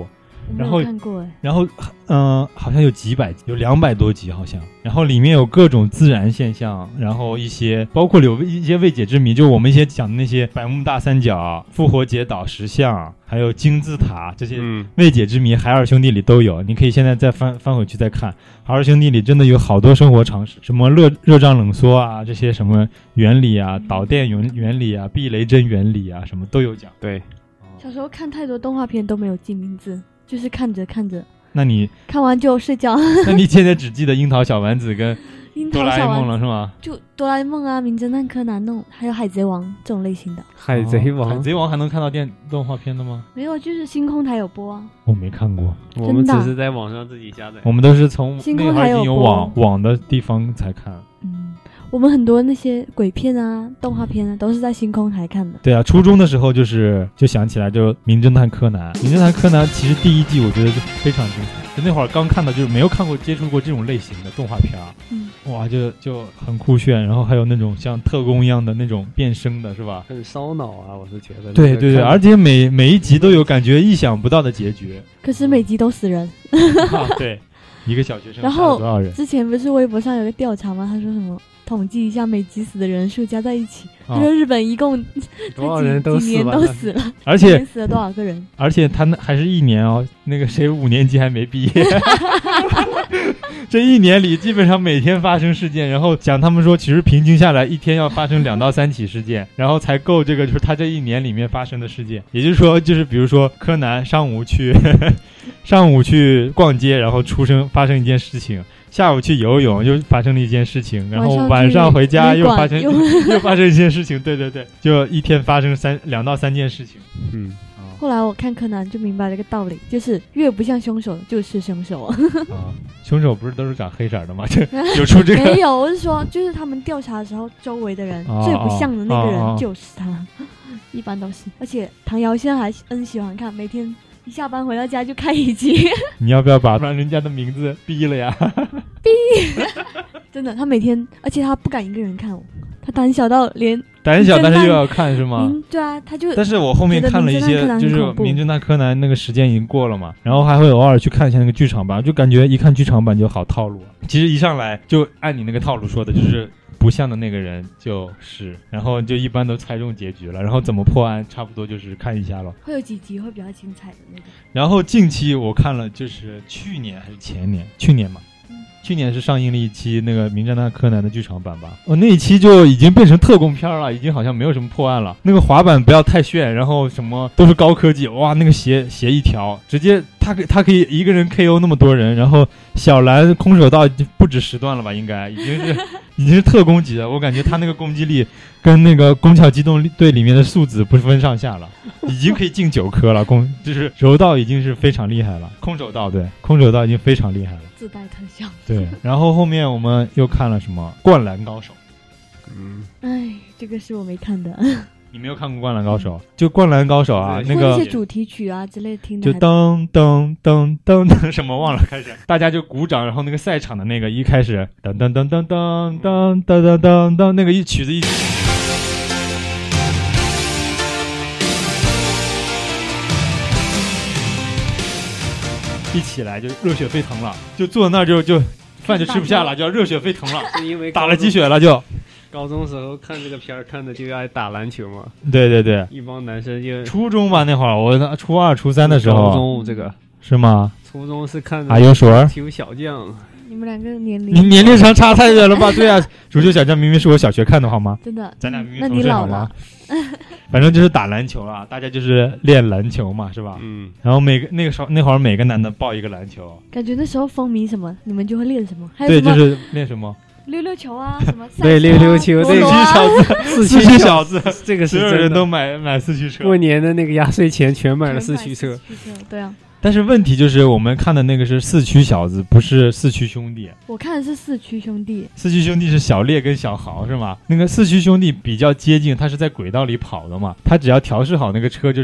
我没然后有看过哎。 然后嗯、呃，好像有几百集，有两百多集好像。然后里面有各种自然现象，然后一些包括有一些未解之谜，就我们一些讲的那些百慕大三角、复活节岛石像，还有金字塔这些未解之谜，海尔兄弟里都有。你可以现在再翻翻回去再看，海尔兄弟里真的有好多生活常识，什么热热胀冷缩啊，这些什么原理啊，导电原原理啊，避雷针原理啊，什么都有讲。 对， 小时候看太多动画片都没有记名字，就是看着看着， 那你看完就睡觉。 那你现在只记得樱桃小丸子跟樱哆啦 A 桃小丸梦了是吗？ 就哆啦 A 梦啊、名侦探柯南那种，还有海贼王这种类型的。 海贼王， 海贼王还能看到电动画片的吗？ 没有，就是星空台有播啊。 我没看过， 我们只是在网上自己下载。 我们都是从星那会儿已经有空台有播网网的地方才看。 嗯，我们很多那些鬼片啊、动画片啊，都是在星空台看的。 对啊，初中的时候就是就想起来就名侦探柯南，名侦探柯南其实第一季我觉得就非常精彩。就那会儿刚看到，就是没有看过接触过这种类型的动画片啊， 嗯， 哇，就就很酷炫，然后还有那种像特工一样的那种变身的，是吧？ 很烧脑啊，我是觉得。 对对对，而且每每一集都有感觉意想不到的结局。 可是每集都死人。 啊，对，一个小学生然后多少人？ 之前不是微博上有个调查吗？他说什么统计一下每集死的人数加在一起， 啊他说日本一共多少人都几年死了都死了， 而且一年死了多少个人？ 而且他那还是一年哦，那个谁五年级还没毕业，这一年里基本上每天发生事件，然后讲他们说其实平均下来一天要发生两到三起事件，然后才够这个就是他这一年里面发生的事件。也就是说，就是比如说柯南上午去上午去逛街，然后出生发生一件事情。下午去游泳又发生了一件事情，然后晚上回家又发生又又发生一件事情，对对对，就一天发生三两到三件事情。 嗯， 后来我看柯南就明白了一个道理，就是越不像凶手的就是凶手啊。 啊，凶手不是都是长黑色的吗？有出这个？ 没有，我是说，就是他们调查的时候，周围的人、 哦、 最不像的那个哦、 人就是他，哦、一般都是。而且唐瑶现在还很喜欢看，每天一下班回到家就看一集。 你要不要把人家的名字逼了呀？ 逼！真的，他每天，而且他不敢一个人看哦，他胆小到连胆小，但是又要看是吗？ 嗯，对啊，他就。 但是我后面看了一些，就是名侦探柯南那个时间已经过了嘛，然后还会偶尔去看一下那个剧场版，就感觉一看剧场版就好套路。其实一上来就按你那个套路说的，就是不像的那个人就是，然后就一般都猜中结局了，然后怎么破案，差不多就是看一下了。 会有几集会比较精彩的那种。 然后近期我看了，就是去年还是前年，去年嘛。去年是上映了一期那个名侦探柯南的剧场版吧，哦，那一期就已经变成特工片了，已经好像没有什么破案了。那个滑板不要太炫，然后什么都是高科技，哇，那个鞋鞋一条，直接他可他可以一个人 K O 那么多人，然后小兰空手道不止十段了吧，应该已经是已经是特攻级了。我感觉他那个攻击力跟那个宫桥机动队里面的素子不是分上下了，已经可以进九颗了。攻就是柔道已经是非常厉害了，空手道对，空手道已经非常厉害了。 自带特效。 对，然后后面我们又看了什么《灌篮高手》。 嗯， 哎，这个是我没看的。 你没有看过《灌篮高手》？就《灌篮高手》啊，那个那些主题曲啊之类听的， 就噔噔噔噔噔什么忘了，开始大家就鼓掌，然后那个赛场的那个一开始噔噔噔噔噔噔噔噔噔噔，那个一曲子一。一起来就热血沸腾了，就坐那儿就就饭就吃不下了，就要热血沸腾了， 是因为打了鸡血了就。 高中时候看这个片儿看的就爱打篮球嘛， 对对对， 一帮男生就初中吧那会儿，我初二初三的时候， 高中这个是吗？ 初中是看啊有水儿足球小将。 你们两个年龄， 你年龄上差太远了吧？对啊，足球小将明明是我小学看的好吗？ 真的， 咱俩明明那你老了。反正就是打篮球啊，大家就是练篮球嘛，是吧？ 嗯。 然后每个那个时候那会儿每个男的抱一个篮球， 感觉那时候风靡什么，你们就会练什么。还有对，就是练什么。 溜溜球啊，什么对溜溜球， 四驱小子，四驱小子， 这个是所有人都买买四驱车。 过年的那个压岁钱全买了四驱车， 对啊。 但是问题就是我们看的那个是四驱小子，不是四驱兄弟。 我看的是四驱兄弟。 四驱兄弟是小烈跟小豪是吗？那个四驱兄弟比较接近，他是在轨道里跑的嘛，他只要调试好那个车，就是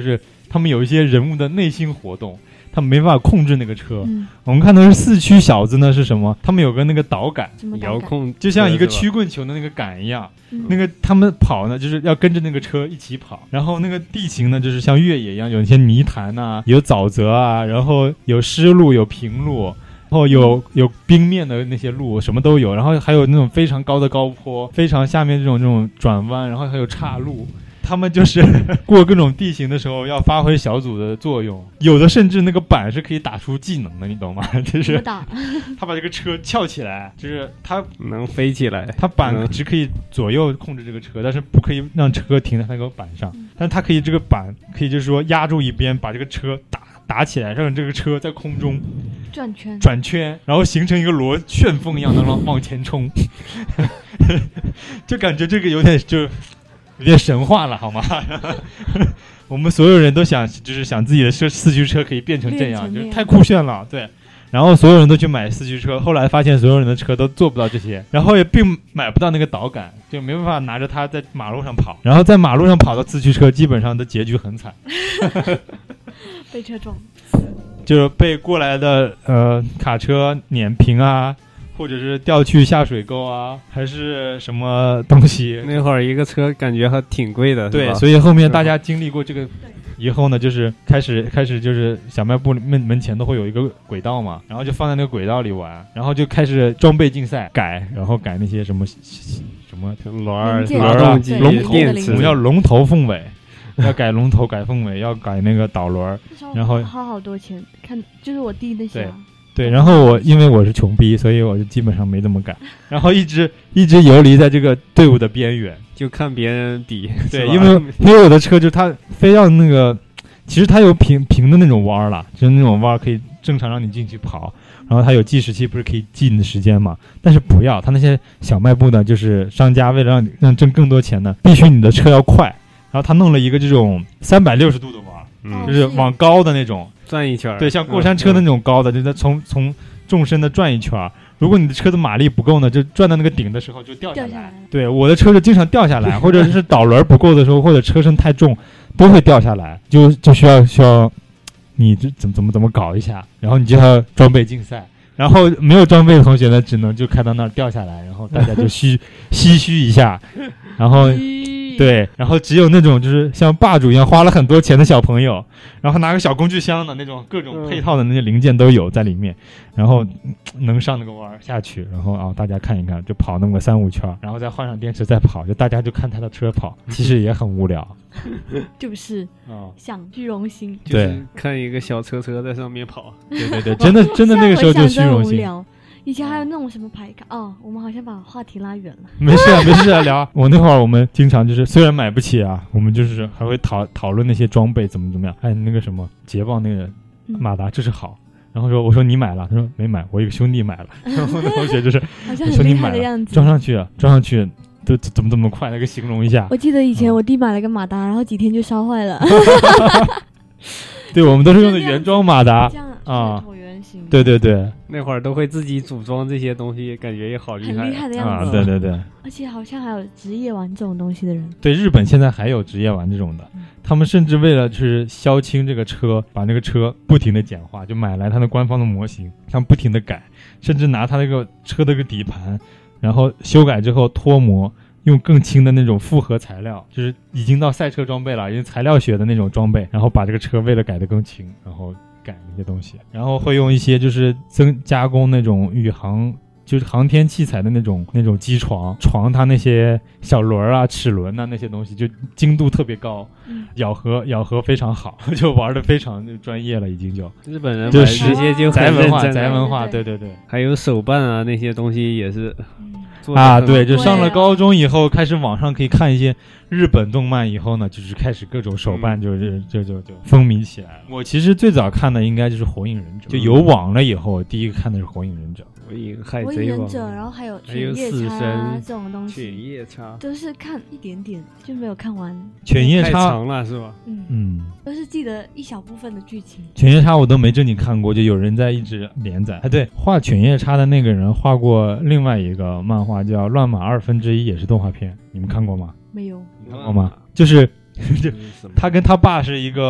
他们有一些人物的内心活动，他们没办法控制那个车。 嗯， 我们看到是四驱小子呢是什么？他们有个那个导杆， 什么遥控就像一个曲棍球的那个杆一样。 嗯那个他们跑呢，就是要跟着那个车一起跑。然后那个地形呢，就是像越野一样，有一些泥潭啊，有沼泽啊，然后有湿路，有平路。然后有有冰面的那些路，什么都有，然后还有那种非常高的高坡，非常下面这种这种转弯，然后还有岔路。他们就是过各种地形的时候要发挥小组的作用，有的甚至那个板是可以打出技能的，你懂吗？就是打他把这个车翘起来，就是他能飞起来， 他板只可以左右控制这个车，但是不可以让车停在那个板上，但是他可以这个板可以就是说压住一边，把这个车打打起来，让这个车在空中转圈转圈，然后形成一个螺旋风一样的往往前冲，就感觉这个有点就有点神话了，好吗？我们所有人都想，就是想自己的车四驱车可以变成这样，就是太酷炫了，对。然后所有人都去买四驱车，后来发现所有人的车都做不到这些，然后也并买不到那个导杆，就没办法拿着它在马路上跑。然后在马路上跑的四驱车基本上的结局很惨， 被车撞， 就是被过来的呃卡车碾平啊，或者是掉去下水沟啊，还是什么东西。 那会儿一个车感觉还挺贵的， 对，所以后面大家经历过这个以后呢，就是开始开始就是小卖部门门前都会有一个轨道嘛，然后就放在那个轨道里玩，然后就开始装备竞赛改，然后改那些什么什么轮儿、 轮动机、 龙头， 电池， 我们要龙头凤尾，要改龙头改凤尾，要改那个导轮，然后花好多钱，看就是我弟那些、啊。 对，然后我因为我是穷逼，所以我就基本上没怎么改，然后一直一直游离在这个队伍的边缘， 就看别人比。 对，因为因为我的车就是它非要那个，其实它有平平的那种弯了，就是那种弯可以正常让你进去跑，然后它有计时器，不是可以记你的时间嘛？但是不要，它那些小卖部呢，就是商家为了让你让挣更多钱呢，必须你的车要快，然后他弄了一个这种三百六十度的弯， 嗯， 就是往高的那种。 转一圈， 对，像过山车的那种高的，嗯、就在从从纵深的转一圈。如果你的车的马力不够呢，就转到那个顶的时候就掉下来。 下来对，我的车就经常掉下来，或者是导轮不够的时候，或者车身太重，都会掉下来，就就需要需要你这怎么怎么怎么搞一下，然后你就要装备竞赛。然后没有装备的同学呢，只能就开到那儿掉下来，然后大家就嘘唏嘘一下，然后。对，然后只有那种就是像霸主一样花了很多钱的小朋友，然后拿个小工具箱的那种各种配套的那些零件都有在里面，然后能上那个弯下去，然后啊大家看一看，就跑那么三五圈，然后再换上电池再跑，就大家就看他的车跑，其实也很无聊。 就是啊， 想虚荣心， 就是看一个小车车在上面跑。 对对对，真的真的那个时候就虚荣心。 以前还有那种什么牌卡哦，我们好像把话题拉远了。 没事啊，没事啊，聊。我那会儿我们经常就是虽然买不起啊，我们就是还会讨讨论那些装备怎么怎么样。哎，那个什么捷豹那个马达这是好，然后说我说你买了，他说没买，我一个兄弟买了。然后同学就是好像很厉害的样子， 装上去，装上去都怎么怎么快，那个形容一下。 我记得以前我弟买了个马达，然后几天就烧坏了。 对，我们都是用的原装马达啊。对对对， 那会儿都会自己组装这些东西，感觉也好厉害， 很厉害的样子。 啊、对对对， 而且好像还有职业玩这种东西的人。 对，日本现在还有职业玩这种的，嗯、他们甚至为了就是消清这个车，把那个车不停的简化，就买来它的官方的模型，他们不停的改，甚至拿它那个车的个底盘，然后修改之后脱模。用更轻的那种复合材料，就是已经到赛车装备了，因为材料学的那种装备，然后把这个车为了改得更轻，然后改那些东西，然后会用一些就是增加工那种宇航就是航天器材的那种那种机床，床它那些小轮啊、齿轮啊那些东西，就精度特别高，嗯、咬合咬合非常好，就玩得非常专业了，已经就日本人就这些就宅文化，宅文化，对对对， 还有手办啊那些东西也是。 啊，对，就上了高中以后，开始网上可以看一些日本动漫，以后呢，就是开始各种手办，就是就就就风靡起来了。我其实最早看的应该就是《火影忍者》，就有网了以后，第一个看的是《火影忍者》。 火影、海贼王、火影忍者，然后还有犬夜叉这种东西， 犬夜叉都是看一点点就没有看完。 犬夜叉太长了是吧？ 嗯嗯， 都是记得一小部分的剧情。 犬夜叉我都没正经看过，就有人在一直连载。哎，对，画犬夜叉的那个人画过另外一个漫画叫《乱马二分之一》，也是动画片，你们看过吗？ 没有。 你看过吗？就是就他跟他爸是一个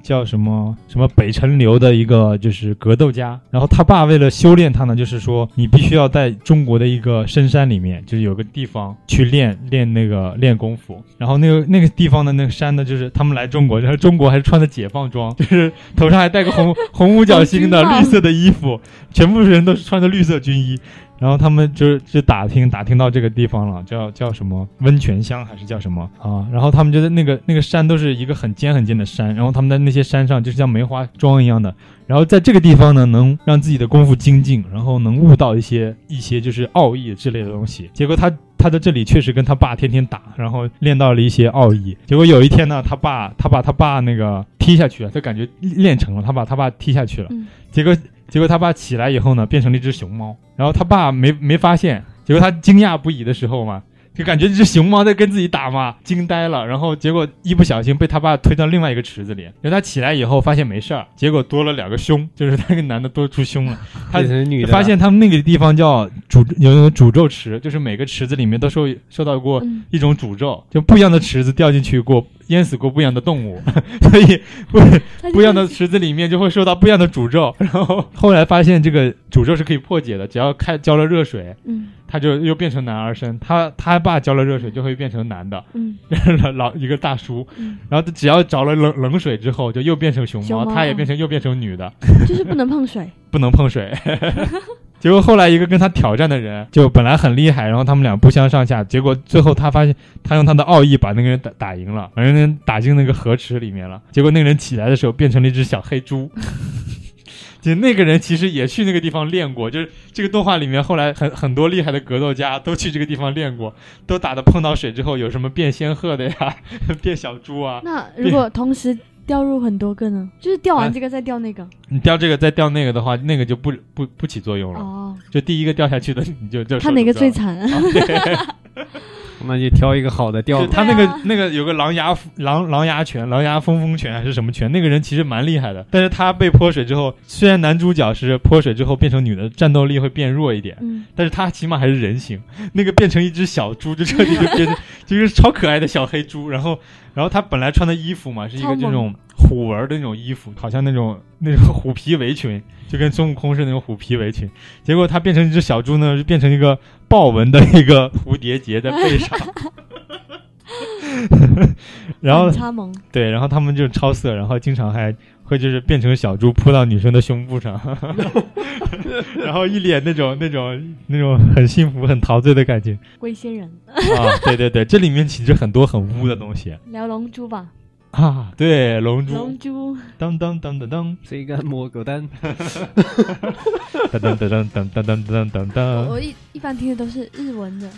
叫什么什么北辰流的一个就是格斗家，然后他爸为了修炼他呢，就是说你必须要在中国的一个深山里面，就是有个地方去练练那个练功夫，然后那个那个地方的那个山呢，就是他们来中国，然后中国还是穿的解放装，就是头上还戴个红红五角星的绿色的衣服，全部人都是穿的绿色军衣。然后他们就就打听打听到这个地方了，叫叫什么温泉乡还是叫什么啊？然后他们觉得那个那个山都是一个很尖很尖的山，然后他们在那些山上就是像梅花桩一样的，然后在这个地方呢，能让自己的功夫精进，然后能悟到一些一些就是奥义之类的东西。结果他他在这里确实跟他爸天天打，然后练到了一些奥义。结果有一天呢，他爸他把他爸那个踢下去了，他感觉练成了，他把他爸踢下去了， 嗯、 结果。结果他爸起来以后呢，变成了一只熊猫，然后他爸没没发现，结果他惊讶不已的时候嘛，就感觉这只熊猫在跟自己打嘛，惊呆了，然后结果一不小心被他爸推到另外一个池子里，然后他起来以后发现没事儿，结果多了两个胸，就是那个男的多出胸了，他发现他们那个地方叫诅有那种诅咒池，就是每个池子里面都受受到过一种诅咒，就不一样的池子掉进去过淹死过不一样的动物，所以不不一样的池子里面就会受到不一样的诅咒。然后后来发现这个诅咒是可以破解的，只要开浇了热水，嗯，他就又变成男儿身。他他爸浇了热水就会变成男的，嗯，老一个大叔。嗯、然后只要着了冷冷水之后，就又变成熊猫，熊猫他也变成又变成女的， 就是不能碰水， 不能碰水。结果后来一个跟他挑战的人就本来很厉害，然后他们俩不相上下，结果最后他发现他用他的奥义把那个人打打赢了，把那个人打进那个河池里面了。结果那个人起来的时候变成了一只小黑猪。就那个人其实也去那个地方练过，就是这个动画里面后来很很多厉害的格斗家都去这个地方练过，都打的碰到水之后有什么变仙鹤的呀，变小猪啊。 那如果同时掉入很多个呢？就是掉完这个再掉那个。 你掉这个再掉那个的话，那个就不不不起作用了。哦。就第一个掉下去的，你就就看哪个最惨啊？ 对。 那就挑一个好的掉。 他那个、啊、那个有个狼牙狼狼牙拳、狼牙风风拳还是什么拳，那个人其实蛮厉害的，但是他被泼水之后，虽然男主角是泼水之后变成女的，战斗力会变弱一点，嗯，但是他起码还是人形。那个变成一只小猪，就彻底就变成就是超可爱的小黑猪，然后然后他本来穿的衣服嘛是一个这种虎纹的那种衣服，好像那种那种虎皮围裙，就跟孙悟空是那种虎皮围裙。结果他变成一只小猪呢，就变成一个豹纹的一个蝴蝶结在背上。然后对，然后他们就超色，然后经常还会就是变成小猪扑到女生的胸部上，然后一脸那种那种那种很幸福很陶醉的感觉。 龟仙人啊，对对对，这里面其实很多很污的东西。 聊龙珠吧。 啊，对，龙珠， 龙珠， 当当当当当， 谁敢摸狗蛋？ 当当当当当当当当当当。 我一一般听的都是日文的。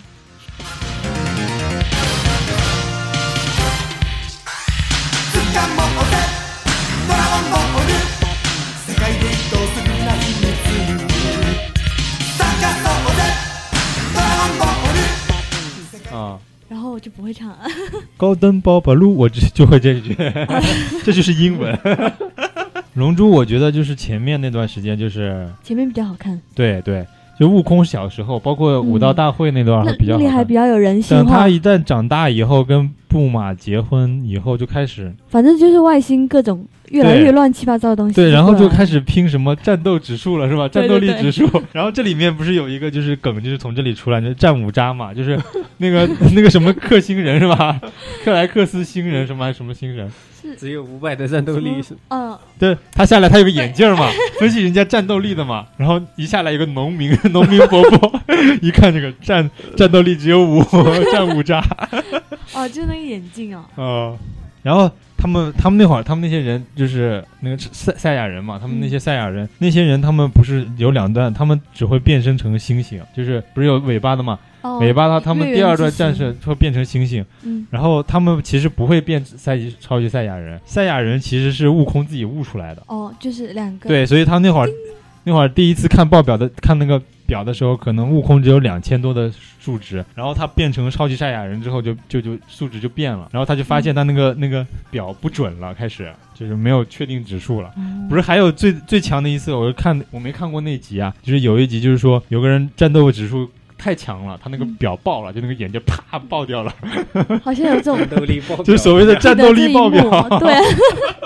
啊。 然后我就不会唱了。 高登包巴路，我只就会这一句，这就是英文。龙珠，我觉得就是前面那段时间，就是前面比较好看。 对对，就悟空小时候，包括武道大会那段还比较好看， 那里还比较有人性化。 等他一旦长大以后，跟布玛结婚以后，就开始， 反正就是外星各种越来越乱七八糟的东西。 对，然后就开始拼什么战斗指数了，是吧？战斗力指数。对对对，然后这里面不是有一个就是梗，就是从这里出来，就是战五渣嘛，就是那个那个什么克星人是吧？克莱克斯星人什么什么星人。 只有五百的战斗力是， 嗯， 对，他下来他有个眼镜嘛，分析人家战斗力的嘛，然后一下来一个农民农民伯伯，一看这个战战斗力只有五，战五渣。 哦，就那个眼镜哦。 哦、呃，然后他们他们那会儿他们那些人就是那个赛赛亚人嘛，他们那些赛亚人、嗯、那些人他们不是有两段，他们只会变身成猩猩，就是不是有尾巴的嘛。 哦、 尾巴他他们第二段战士会变成猩猩，嗯，然后他们其实不会变赛超级赛亚人，赛亚人其实是悟空自己悟出来的。 哦，就是两个。 对，所以他那会儿那会儿第一次看报表的看那个表的时候，可能悟空只有两千多的数值，然后他变成超级赛亚人之后就就就数值就变了，然后他就发现他那个、嗯、那个表不准了，开始就是没有确定指数了。嗯、不是还有最最强的一次，我看我没看过那集啊，就是有一集就是说有个人战斗指数太强了，他那个表爆了，嗯、就那个眼睛啪爆掉了。 好像有这种战斗力爆表， 就是所谓的战斗力爆表。 对。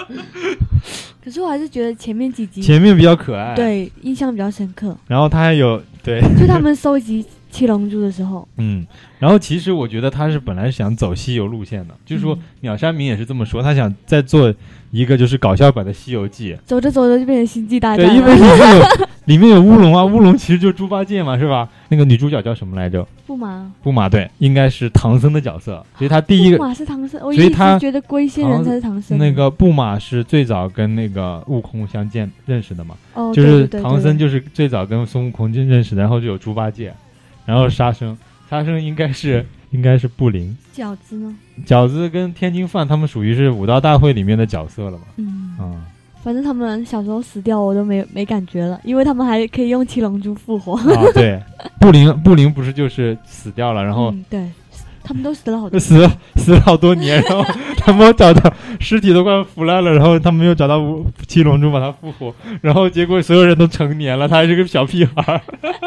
可是我还是觉得前面几集前面比较可爱，， 对印象比较深刻， 然后他还有对， 就他们收集七龙珠的时候， 嗯，然后其实我觉得他是本来想走西游路线的，就是说嗯鸟山明也是这么说，他想再做一个就是搞笑版的《西游记》。 走着走着就变成星际大对， 战了。 因为里面有里面有乌龙啊，乌龙其实就是猪八戒嘛，是吧？那个女主角叫什么来着？ 不嘛， 布玛，对，应该是唐僧的角色，所以他第一不个嘛是唐僧，我一直所以他觉得龟仙人才是唐僧。 那个布玛是最早跟那个悟空相见认识的嘛， 哦， 就是对对对唐僧对就是最早跟孙悟空就认识的，然后就有猪八戒，然后沙僧，沙僧应该是应该是布灵， 饺子呢？ 饺子跟天津饭他们属于是武道大会里面的角色了嘛， 嗯， 啊、 反正他们小时候死掉我都没没感觉了，因为他们还可以用七龙珠复活。 啊，对，布灵布灵不是就是死掉了，然后嗯、对，他们都死了好多。 死了死了好多年，然后他们找到尸体都快腐烂了，然后他们又找到五七龙珠把他复活，然后结果所有人都成年了，他还是个小屁孩。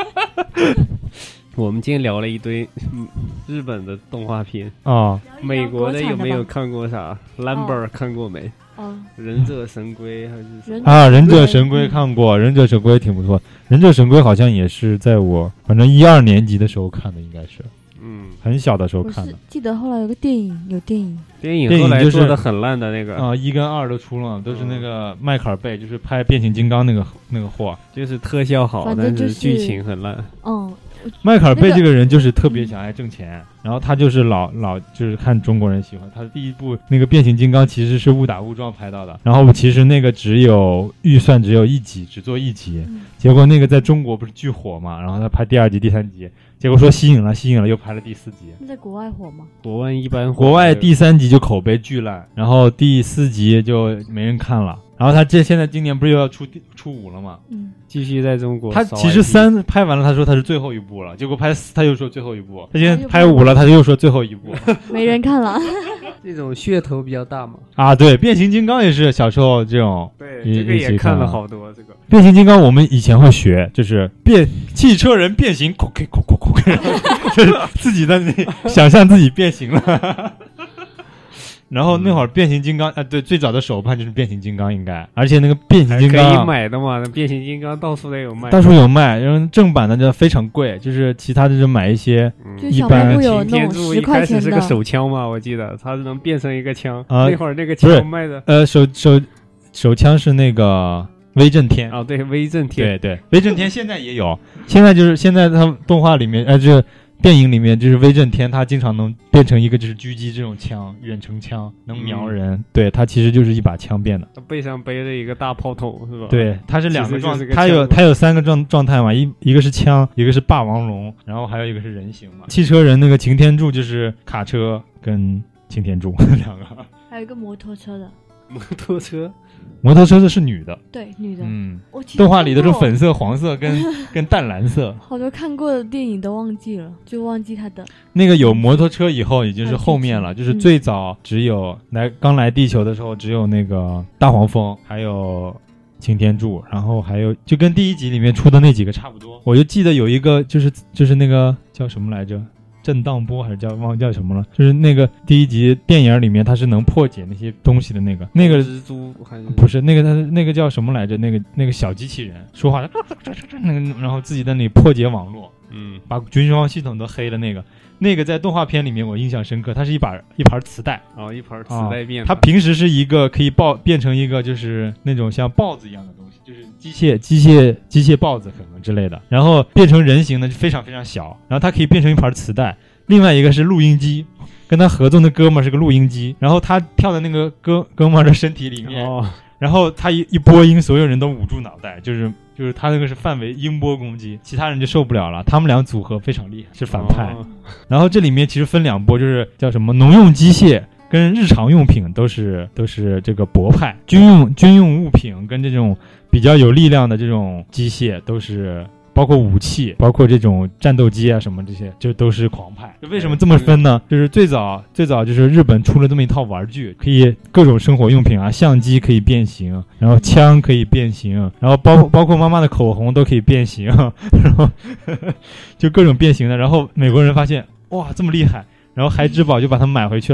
我们今天聊了一堆嗯日本的动画片， 啊， 美国的有没有国产的吧？ 看过啥？Lumber 看过没？ 哦， 忍者神龟还是什么忍啊，忍者神龟看过，忍者神龟挺不错，忍者神龟好像也是在我反正一二年级的时候看的，应该是嗯， 很小的时候我是看的。 记得后来有个电影，有电影， 电影后来电影就是做的很烂的那个， 啊，一跟二都出了，都是那个迈克尔贝，就是拍变形金刚那个那个货。 就是特效好， 反正就是但剧情很烂。 嗯， 迈克尔贝那个这个人就是特别想爱挣钱，然后他就是老老就是看中国人喜欢他的第一部那个变形金刚其实是误打误撞拍到的，然后其实那个只有预算只有一集，只做一集， 嗯结果那个在中国不是巨火嘛，然后他拍第二集、第三集，结果说吸引了，吸引了，又拍了第四集。 那在国外火吗？ 国外一般国外第三集就口碑巨烂，然后第四集就没人看了。然后他这现在今年不是又要出第出五了吗？ 嗯， 继续在中国扫 I P， 他其实三拍完了，他说他是最后一部了，结果拍四他又说最后一部，他现在又拍拍五了，他又说最后一部没人看了。 这种噱头比较大嘛。 啊。对，变形金刚也是小时候这种， 对， 一这个一起看了也看了好多这个。 变形金刚我们以前会学，就是变汽车人变形，扣 K 扣扣扣，就是自己在那里想象自己变形了。然后那会儿变形金刚，啊，对，最早的手办就是变形金刚，应该，而且那个变形还可金刚以买的嘛，那变形金刚到处都有卖。 到处有卖，然后正版的就非常贵，就是其他的就买一些嗯就小一般卖部有那擎天柱一种十块开始是个钱的， 手枪嘛，我记得它是能变成一个枪。 啊那会儿那个不是枪卖的呃手手手枪是那个威震天。 啊，对，威震天。 对对，威震天现在也有，现在就是现在他动画里面，呃，就是电影里面，就是威震天，他经常能变成一个就是狙击这种枪，远程枪，能瞄人。 嗯对，他其实就是一把枪变的。 他背上背着一个大炮筒，是吧？， 对，他是两个状其实就是，个他有枪他有三个状状态嘛，一一个是枪，一个是霸王龙，然后还有一个是人形嘛。汽车人那个擎天柱就是卡车跟擎天柱两个， 还有一个摩托车的， 摩托车。 摩托车的是女的， 对，女的。 嗯， 我其实动画里都是看过粉色、黄色跟跟淡蓝色。 好多看过的电影都忘记了，就忘记它的。 那个有摩托车以后已经是后面了， 还有就是最早只有来刚来地球的时候只有那个大黄蜂，还有擎天柱，然后还有就跟第一集里面出的那几个差不多。我就记得有一个就是就是那个叫什么来着？震荡波还是叫忘叫什么了？就是那个第一集电影里面它是能破解那些东西的那个那个蜘蛛还是不是那个，他那个叫什么来着？那个那个小机器人说话，那个然后自己在那里破解网络， 嗯把军方系统都黑了。那个那个在动画片里面我印象深刻，它是一把一盘磁带， 哦一盘磁带变的。 它平时是一个可以爆变成一个就是那种像豹子一样的东西，就是机械机械机械豹子可能之类的，然后变成人形的就非常非常小，然后它可以变成一盘磁带。另外一个是录音机，跟他合作的哥们儿是个录音机，然后他跳在那个哥哥们儿的身体里面， 哦， 然后他一一播音，所有人都捂住脑袋，就是就是他那个是范围音波攻击，其他人就受不了了。他们俩组合非常厉害，是反派。 哦然后这里面其实分两波，就是叫什么农用机械跟日常用品都是都是这个博派，军用军用物品跟这种比较有力量的这种机械都是。包括武器，包括这种战斗机啊什么这些，就都是狂派。就为什么这么分呢？就是最早最早就是日本出了这么一套玩具，可以各种生活用品啊，相机可以变形，然后枪可以变形，然后包包括妈妈的口红都可以变形，然后呵呵就各种变形的。然后美国人发现哇这么厉害，然后孩之宝就把它买回去了。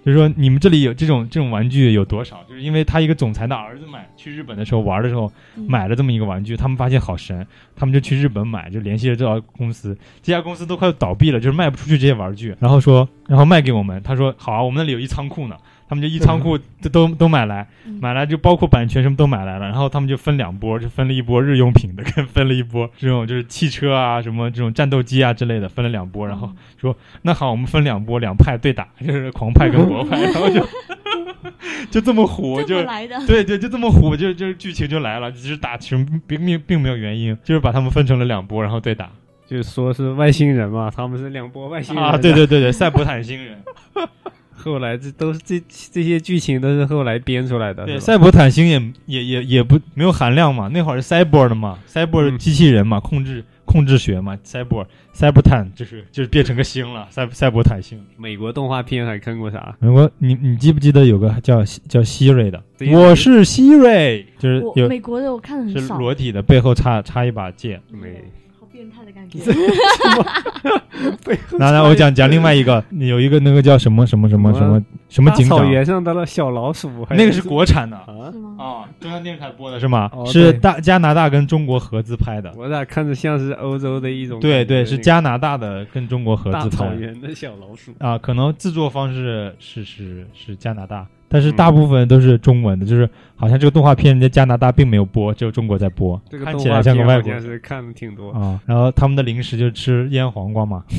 就是说你们这里有这种这种玩具有多少？就是因为他一个总裁的儿子买去日本的时候玩的时候买了这么一个玩具，他们发现好神，他们就去日本买，就联系了这家公司，这家公司都快倒闭了，就是卖不出去这些玩具，然后说然后卖给我们，他说好啊，我们那里有一仓库呢。他们就一仓库都都都买来，买来就包括版权什么都买来了，然后他们就分两波，就分了一波日用品的，跟分了一波这种就是汽车啊什么这种战斗机啊之类的，分了两波，然后说那好，我们分两波，两派对打，就是狂派跟国派，然后就就这么虎，就来的， 对对，就这么虎，就就是剧情就来了，只是打其实并并并没有原因，就是把他们分成了两波，然后对打。 就说是外星人嘛，他们是两波外星人啊，对对对对，赛博坦星人。 后来这都是这这些剧情都是后来编出来的。 对，赛博坦星也也也也不没有含量嘛，那会儿是 cyborg 的嘛 ，cyborg 机器人嘛，嗯、控制控制学嘛 ，cyborg cyber 坦就是就是变成个星了，赛赛博坦星。 美国动画片还看过啥？ 美国你你记不记得有个叫叫希瑞的？我是希瑞，就是有美国的我看的很少， 是裸体的，背后插插一把剑。 没。 变态的感觉。 来来，我讲讲另外一个，有一个那个叫什么什么什么什么什么警长， 草原上的小老鼠， 那个是国产的啊？ 啊，中央电视台播的是吗？ 哦、 是大加拿大跟中国合资拍的。 我咋看着像是欧洲的一种？ 对对，是加拿大的跟中国合资拍的。 大草原的小老鼠啊，可能制作方式是是是加拿大。但是大部分都是中文的，嗯、就是好像这个动画片在加拿大并没有播，只有中国在播。 这个看起来像个外国人， 是看的挺多啊。然后他们的零食就吃腌黄瓜嘛。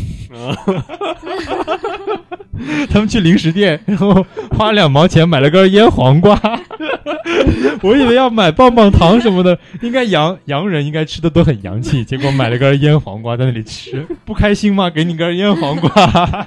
他们去零食店，然后花两毛钱买了根腌黄瓜。我以为要买棒棒糖什么的，应该洋洋人应该吃的都很洋气，结果买了根腌黄瓜在那里吃，不开心吗？给你根腌黄瓜。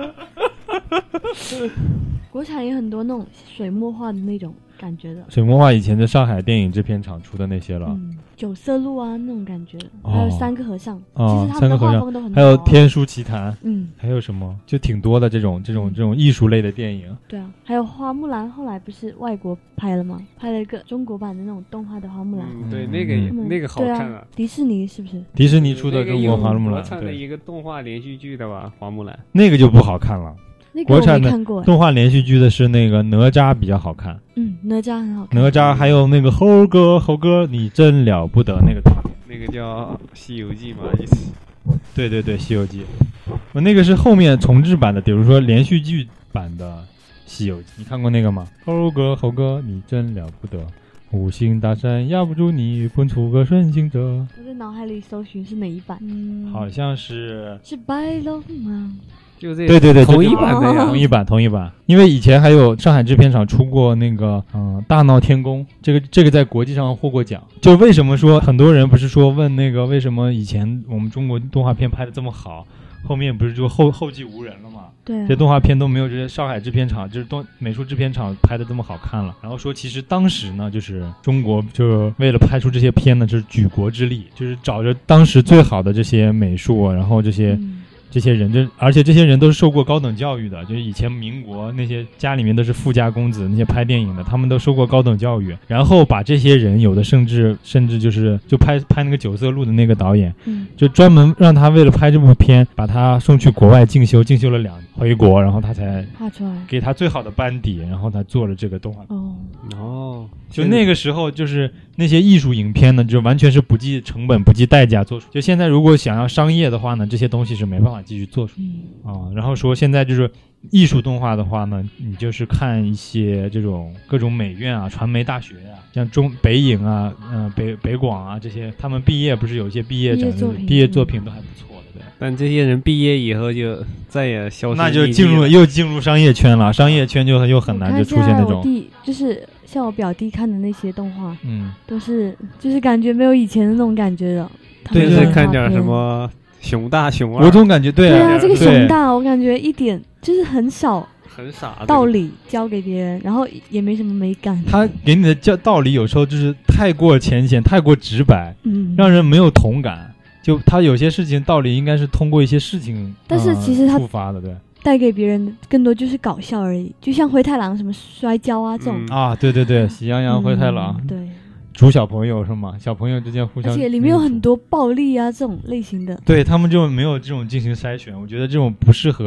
国产也很多那种水墨画的那种感觉的， 水墨画以前在上海电影制片厂出的那些了， 嗯，九色鹿啊那种感觉， 哦、 还有三个和尚， 哦、 其实他们的画风都很好、啊， 还有天书奇谭， 嗯， 还有什么就挺多的这种这种这种艺术类的电影。 对啊，还有花木兰，后来不是外国拍了吗？拍了一个中国版的那种动画的花木兰， 嗯、对，那个也、嗯、那个好看啊。 迪士尼是不是？ 迪士尼出的中国花木兰， 国产的一个动画连续剧的吧，花木兰， 那个就不好看了。 那个我没看过， 国产的动画连续剧的是那个哪吒比较好看。 嗯，哪吒很好看。 哪吒还有那个猴哥，猴哥你真了不得那个动画片， 那个叫《西游记》嘛，意思。对对对，《西游记》，我那个是后面重制版的，比如说连续剧版的《西游记》，你看过那个吗？猴哥，猴哥你真了不得。五行大山压不住你，蹦出个顺行者。 我在脑海里搜寻是哪一版？嗯， 好像是是白龙吗？ 就这对对对， 同一版的呀， 同一版同一版。因为以前还有上海制片厂出过那个嗯、呃、大闹天宫，这个这个在国际上获过奖。就为什么说很多人不是说问那个为什么以前我们中国动画片拍的这么好，后面不是就后后继无人了吗？ 对、啊， 这动画片都没有这些上海制片厂就是动美术制片厂拍的这么好看了。然后说其实当时呢，就是中国就为了拍出这些片呢，就是举国之力，就是找着当时最好的这些美术，然后这些。嗯这些人就，而且这些人都是受过高等教育的，就是以前民国那些家里面都是富家公子，那些拍电影的，他们都受过高等教育，然后把这些人有的甚至甚至就是就拍拍那个九色鹿的那个导演， 嗯， 就专门让他为了拍这部片，把他送去国外进修，进修了两回国，然后他才画出来， 给他最好的班底，然后他做了这个动画。 哦哦， 就那个时候就是那些艺术影片呢，就完全是不计成本、不计代价做出。就现在如果想要商业的话呢，这些东西是没办法继续做出啊、嗯。然后说现在就是艺术动画的话呢，你就是看一些这种各种美院啊、传媒大学啊，像中北影啊、嗯、呃、北北广啊这些，他们毕业不是有一些毕业展、毕业作品都还不错的，对。 但这些人毕业以后就再也消失， 那就进入又进入商业圈了，商业圈就又很难就出现那种。 我弟就是像我表弟看的那些动画， 嗯， 都是就是感觉没有以前的那种感觉的。 对，就是看点什么熊大熊二， 我总感觉对啊， 对啊，这个熊大我感觉一点就是很少。 很傻道理教给别人，然后也没什么美感。 他给你的教道理有时候就是太过浅显，太过直白， 嗯， 让人没有同感。就他有些事情道理应该是通过一些事情， 但是其实他触发的，对， 带给别人的更多就是搞笑而已。就像灰太狼什么摔跤啊这种、 嗯、啊，对对对，喜羊羊、灰太狼， 嗯、对， 煮小朋友是吗？小朋友之间互相， 而且里面有很多暴力啊这种类型的， 对他们就没有这种进行筛选。我觉得这种不适合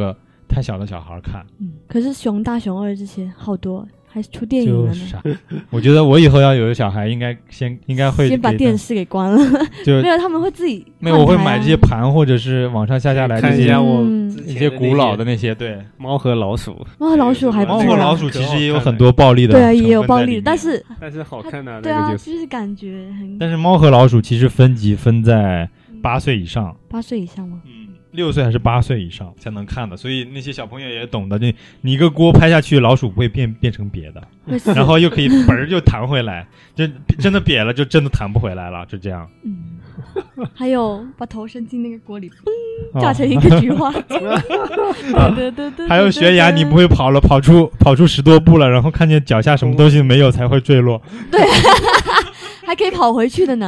太小的小孩看。 嗯，可是熊大熊二这些好多还是出电影了呢。 就是啥？我觉得我以后要有小孩，应该先应该会先把电视给关了。 就没有，他们会自己、啊、 没有，我会买这些盘，或者是网上下下来这些看一下我一些古老的那些，对， 猫和老鼠。 猫和老鼠还不错、啊、 猫和老鼠其实也有很多暴力的， 对啊，也有暴力，但是但是好看的、啊， 对啊， 那个就是、 就是感觉很。 但是猫和老鼠其实分级分在八岁以上， 八岁以上吗？ 嗯。六岁还是八岁以上才能看的，所以那些小朋友也懂得，就你一个锅拍下去，老鼠不会变变成别的，然后又可以嘣儿就弹回来，就真的瘪了就真的弹不回来了，就这样。 嗯，还有把头伸进那个锅里，嘣，炸成一个菊花。对对对。 还有悬崖，你不会跑了，跑出跑出十多步了，然后看见脚下什么东西没有才会坠落。 对，还可以跑回去的呢。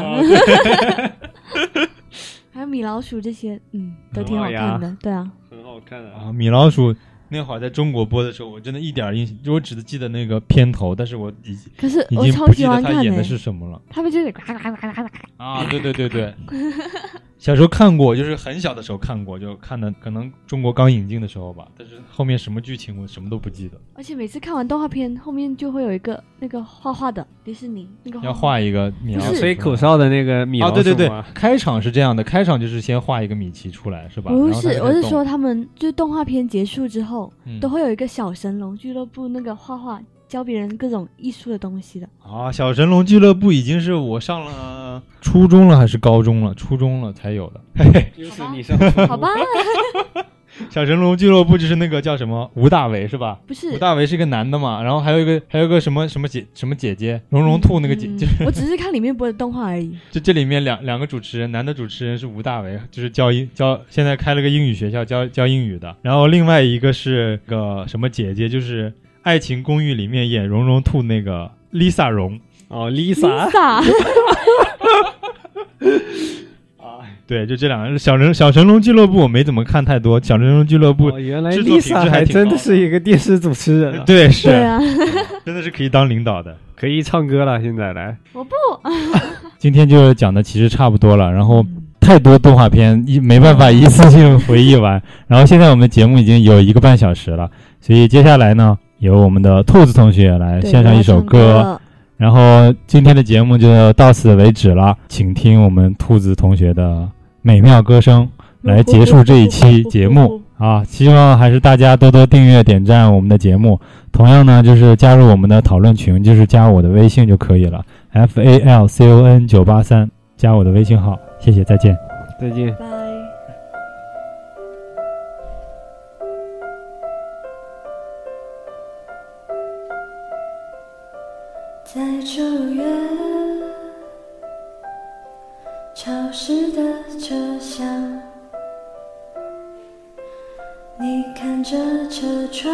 还有米老鼠这些，嗯，都挺好看的，对啊， 很好看的啊。米老鼠那会儿在中国播的时候，我真的一点印象，就我只记得那个片头，但是我已经可是已经不记得他演的是什么了。 他们就是啊，对对对对，小时候看过，就是很小的时候看过，就看的可能中国刚引进的时候吧，但是后面什么剧情我什么都不记得。 而且每次看完动画片，后面就会有一个那个画画的迪士尼那个要画一个米老鼠， 吹口哨的那个米老鼠。 啊，对对对，开场是这样的，开场就是先画一个米奇出来，是吧？ 不是，我是说他们就动画片结束之后， 嗯、 都会有一个小神龙俱乐部那个画画。教别人各种艺术的东西的啊！小神龙俱乐部已经是我上了初中了还是高中了？初中了才有的。嘿嘿， 就是你上好吧。 小神龙俱乐部就是那个叫什么吴大维是吧？ 不是， 吴大维是一个男的嘛，然后还有一个还有一个什么什么姐什么姐姐龙龙兔那个姐， 嗯、 就是我只是看里面播的动画而已。 就这里面两两个主持人，男的主持人是吴大维，就是教英教现在开了个英语学校教教英语的，然后另外一个是个什么姐姐，就是《爱情公寓》里面演蓉蓉兔那个 Lisa 蓉哦 ，Lisa， Lisa 啊，对，就这两个小人小神龙俱乐部我没怎么看太多，小神龙俱乐部、 哦、原来 Lisa 还真的是一个电视主持人、啊， 对，是， 对啊， 真的是可以当领导的， 可以唱歌了，现在来， 我不， 今天就讲的其实差不多了，然后。太多动画片一没办法一次性回忆完，然后现在我们节目已经有一个半小时了，所以接下来呢，由我们的兔子同学来献上一首歌，然后今天的节目就到此为止了，请听我们兔子同学的美妙歌声来结束这一期节目啊！希望还是大家多多订阅点赞我们的节目，同样呢就是加入我们的讨论群，就是加我的微信就可以了 F A L C O N 九八三，加我的微信号，谢谢，再见， 再见， 拜。 在九月潮湿的车厢，你看着车窗，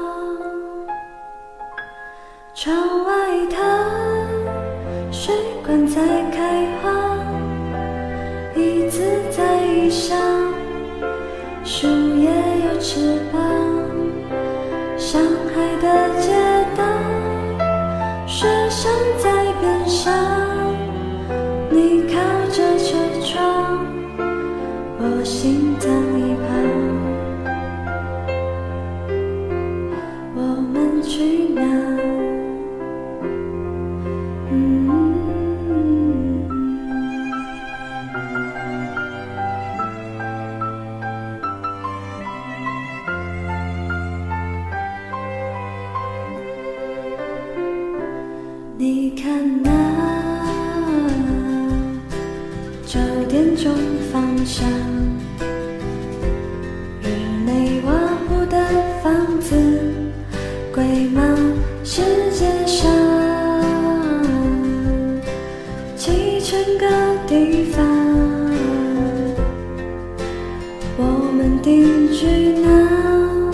窗外的水管在开花，椅子在衣裳，树叶有翅膀，上海的街道，雪山在边上，你靠着车窗，我心脏一旁，我们去哪？嗯，你看那九点钟方向，日内瓦湖的房子贵吗？世界上七千个地方，我们定居哪？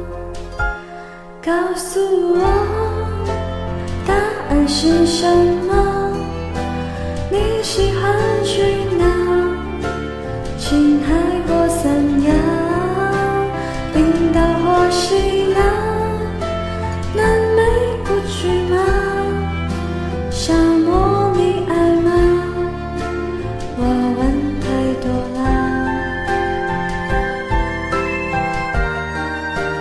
告诉我答案是什么？你喜欢去哪？青海或三亚，冰岛或希腊，南美不去吗？沙漠你爱吗？我问太多啦。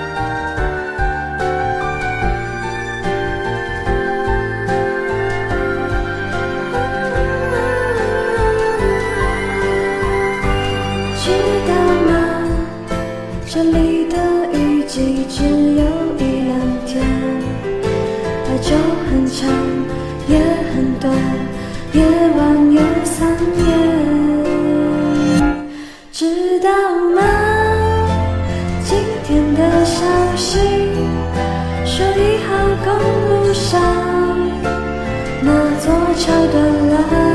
桥断了。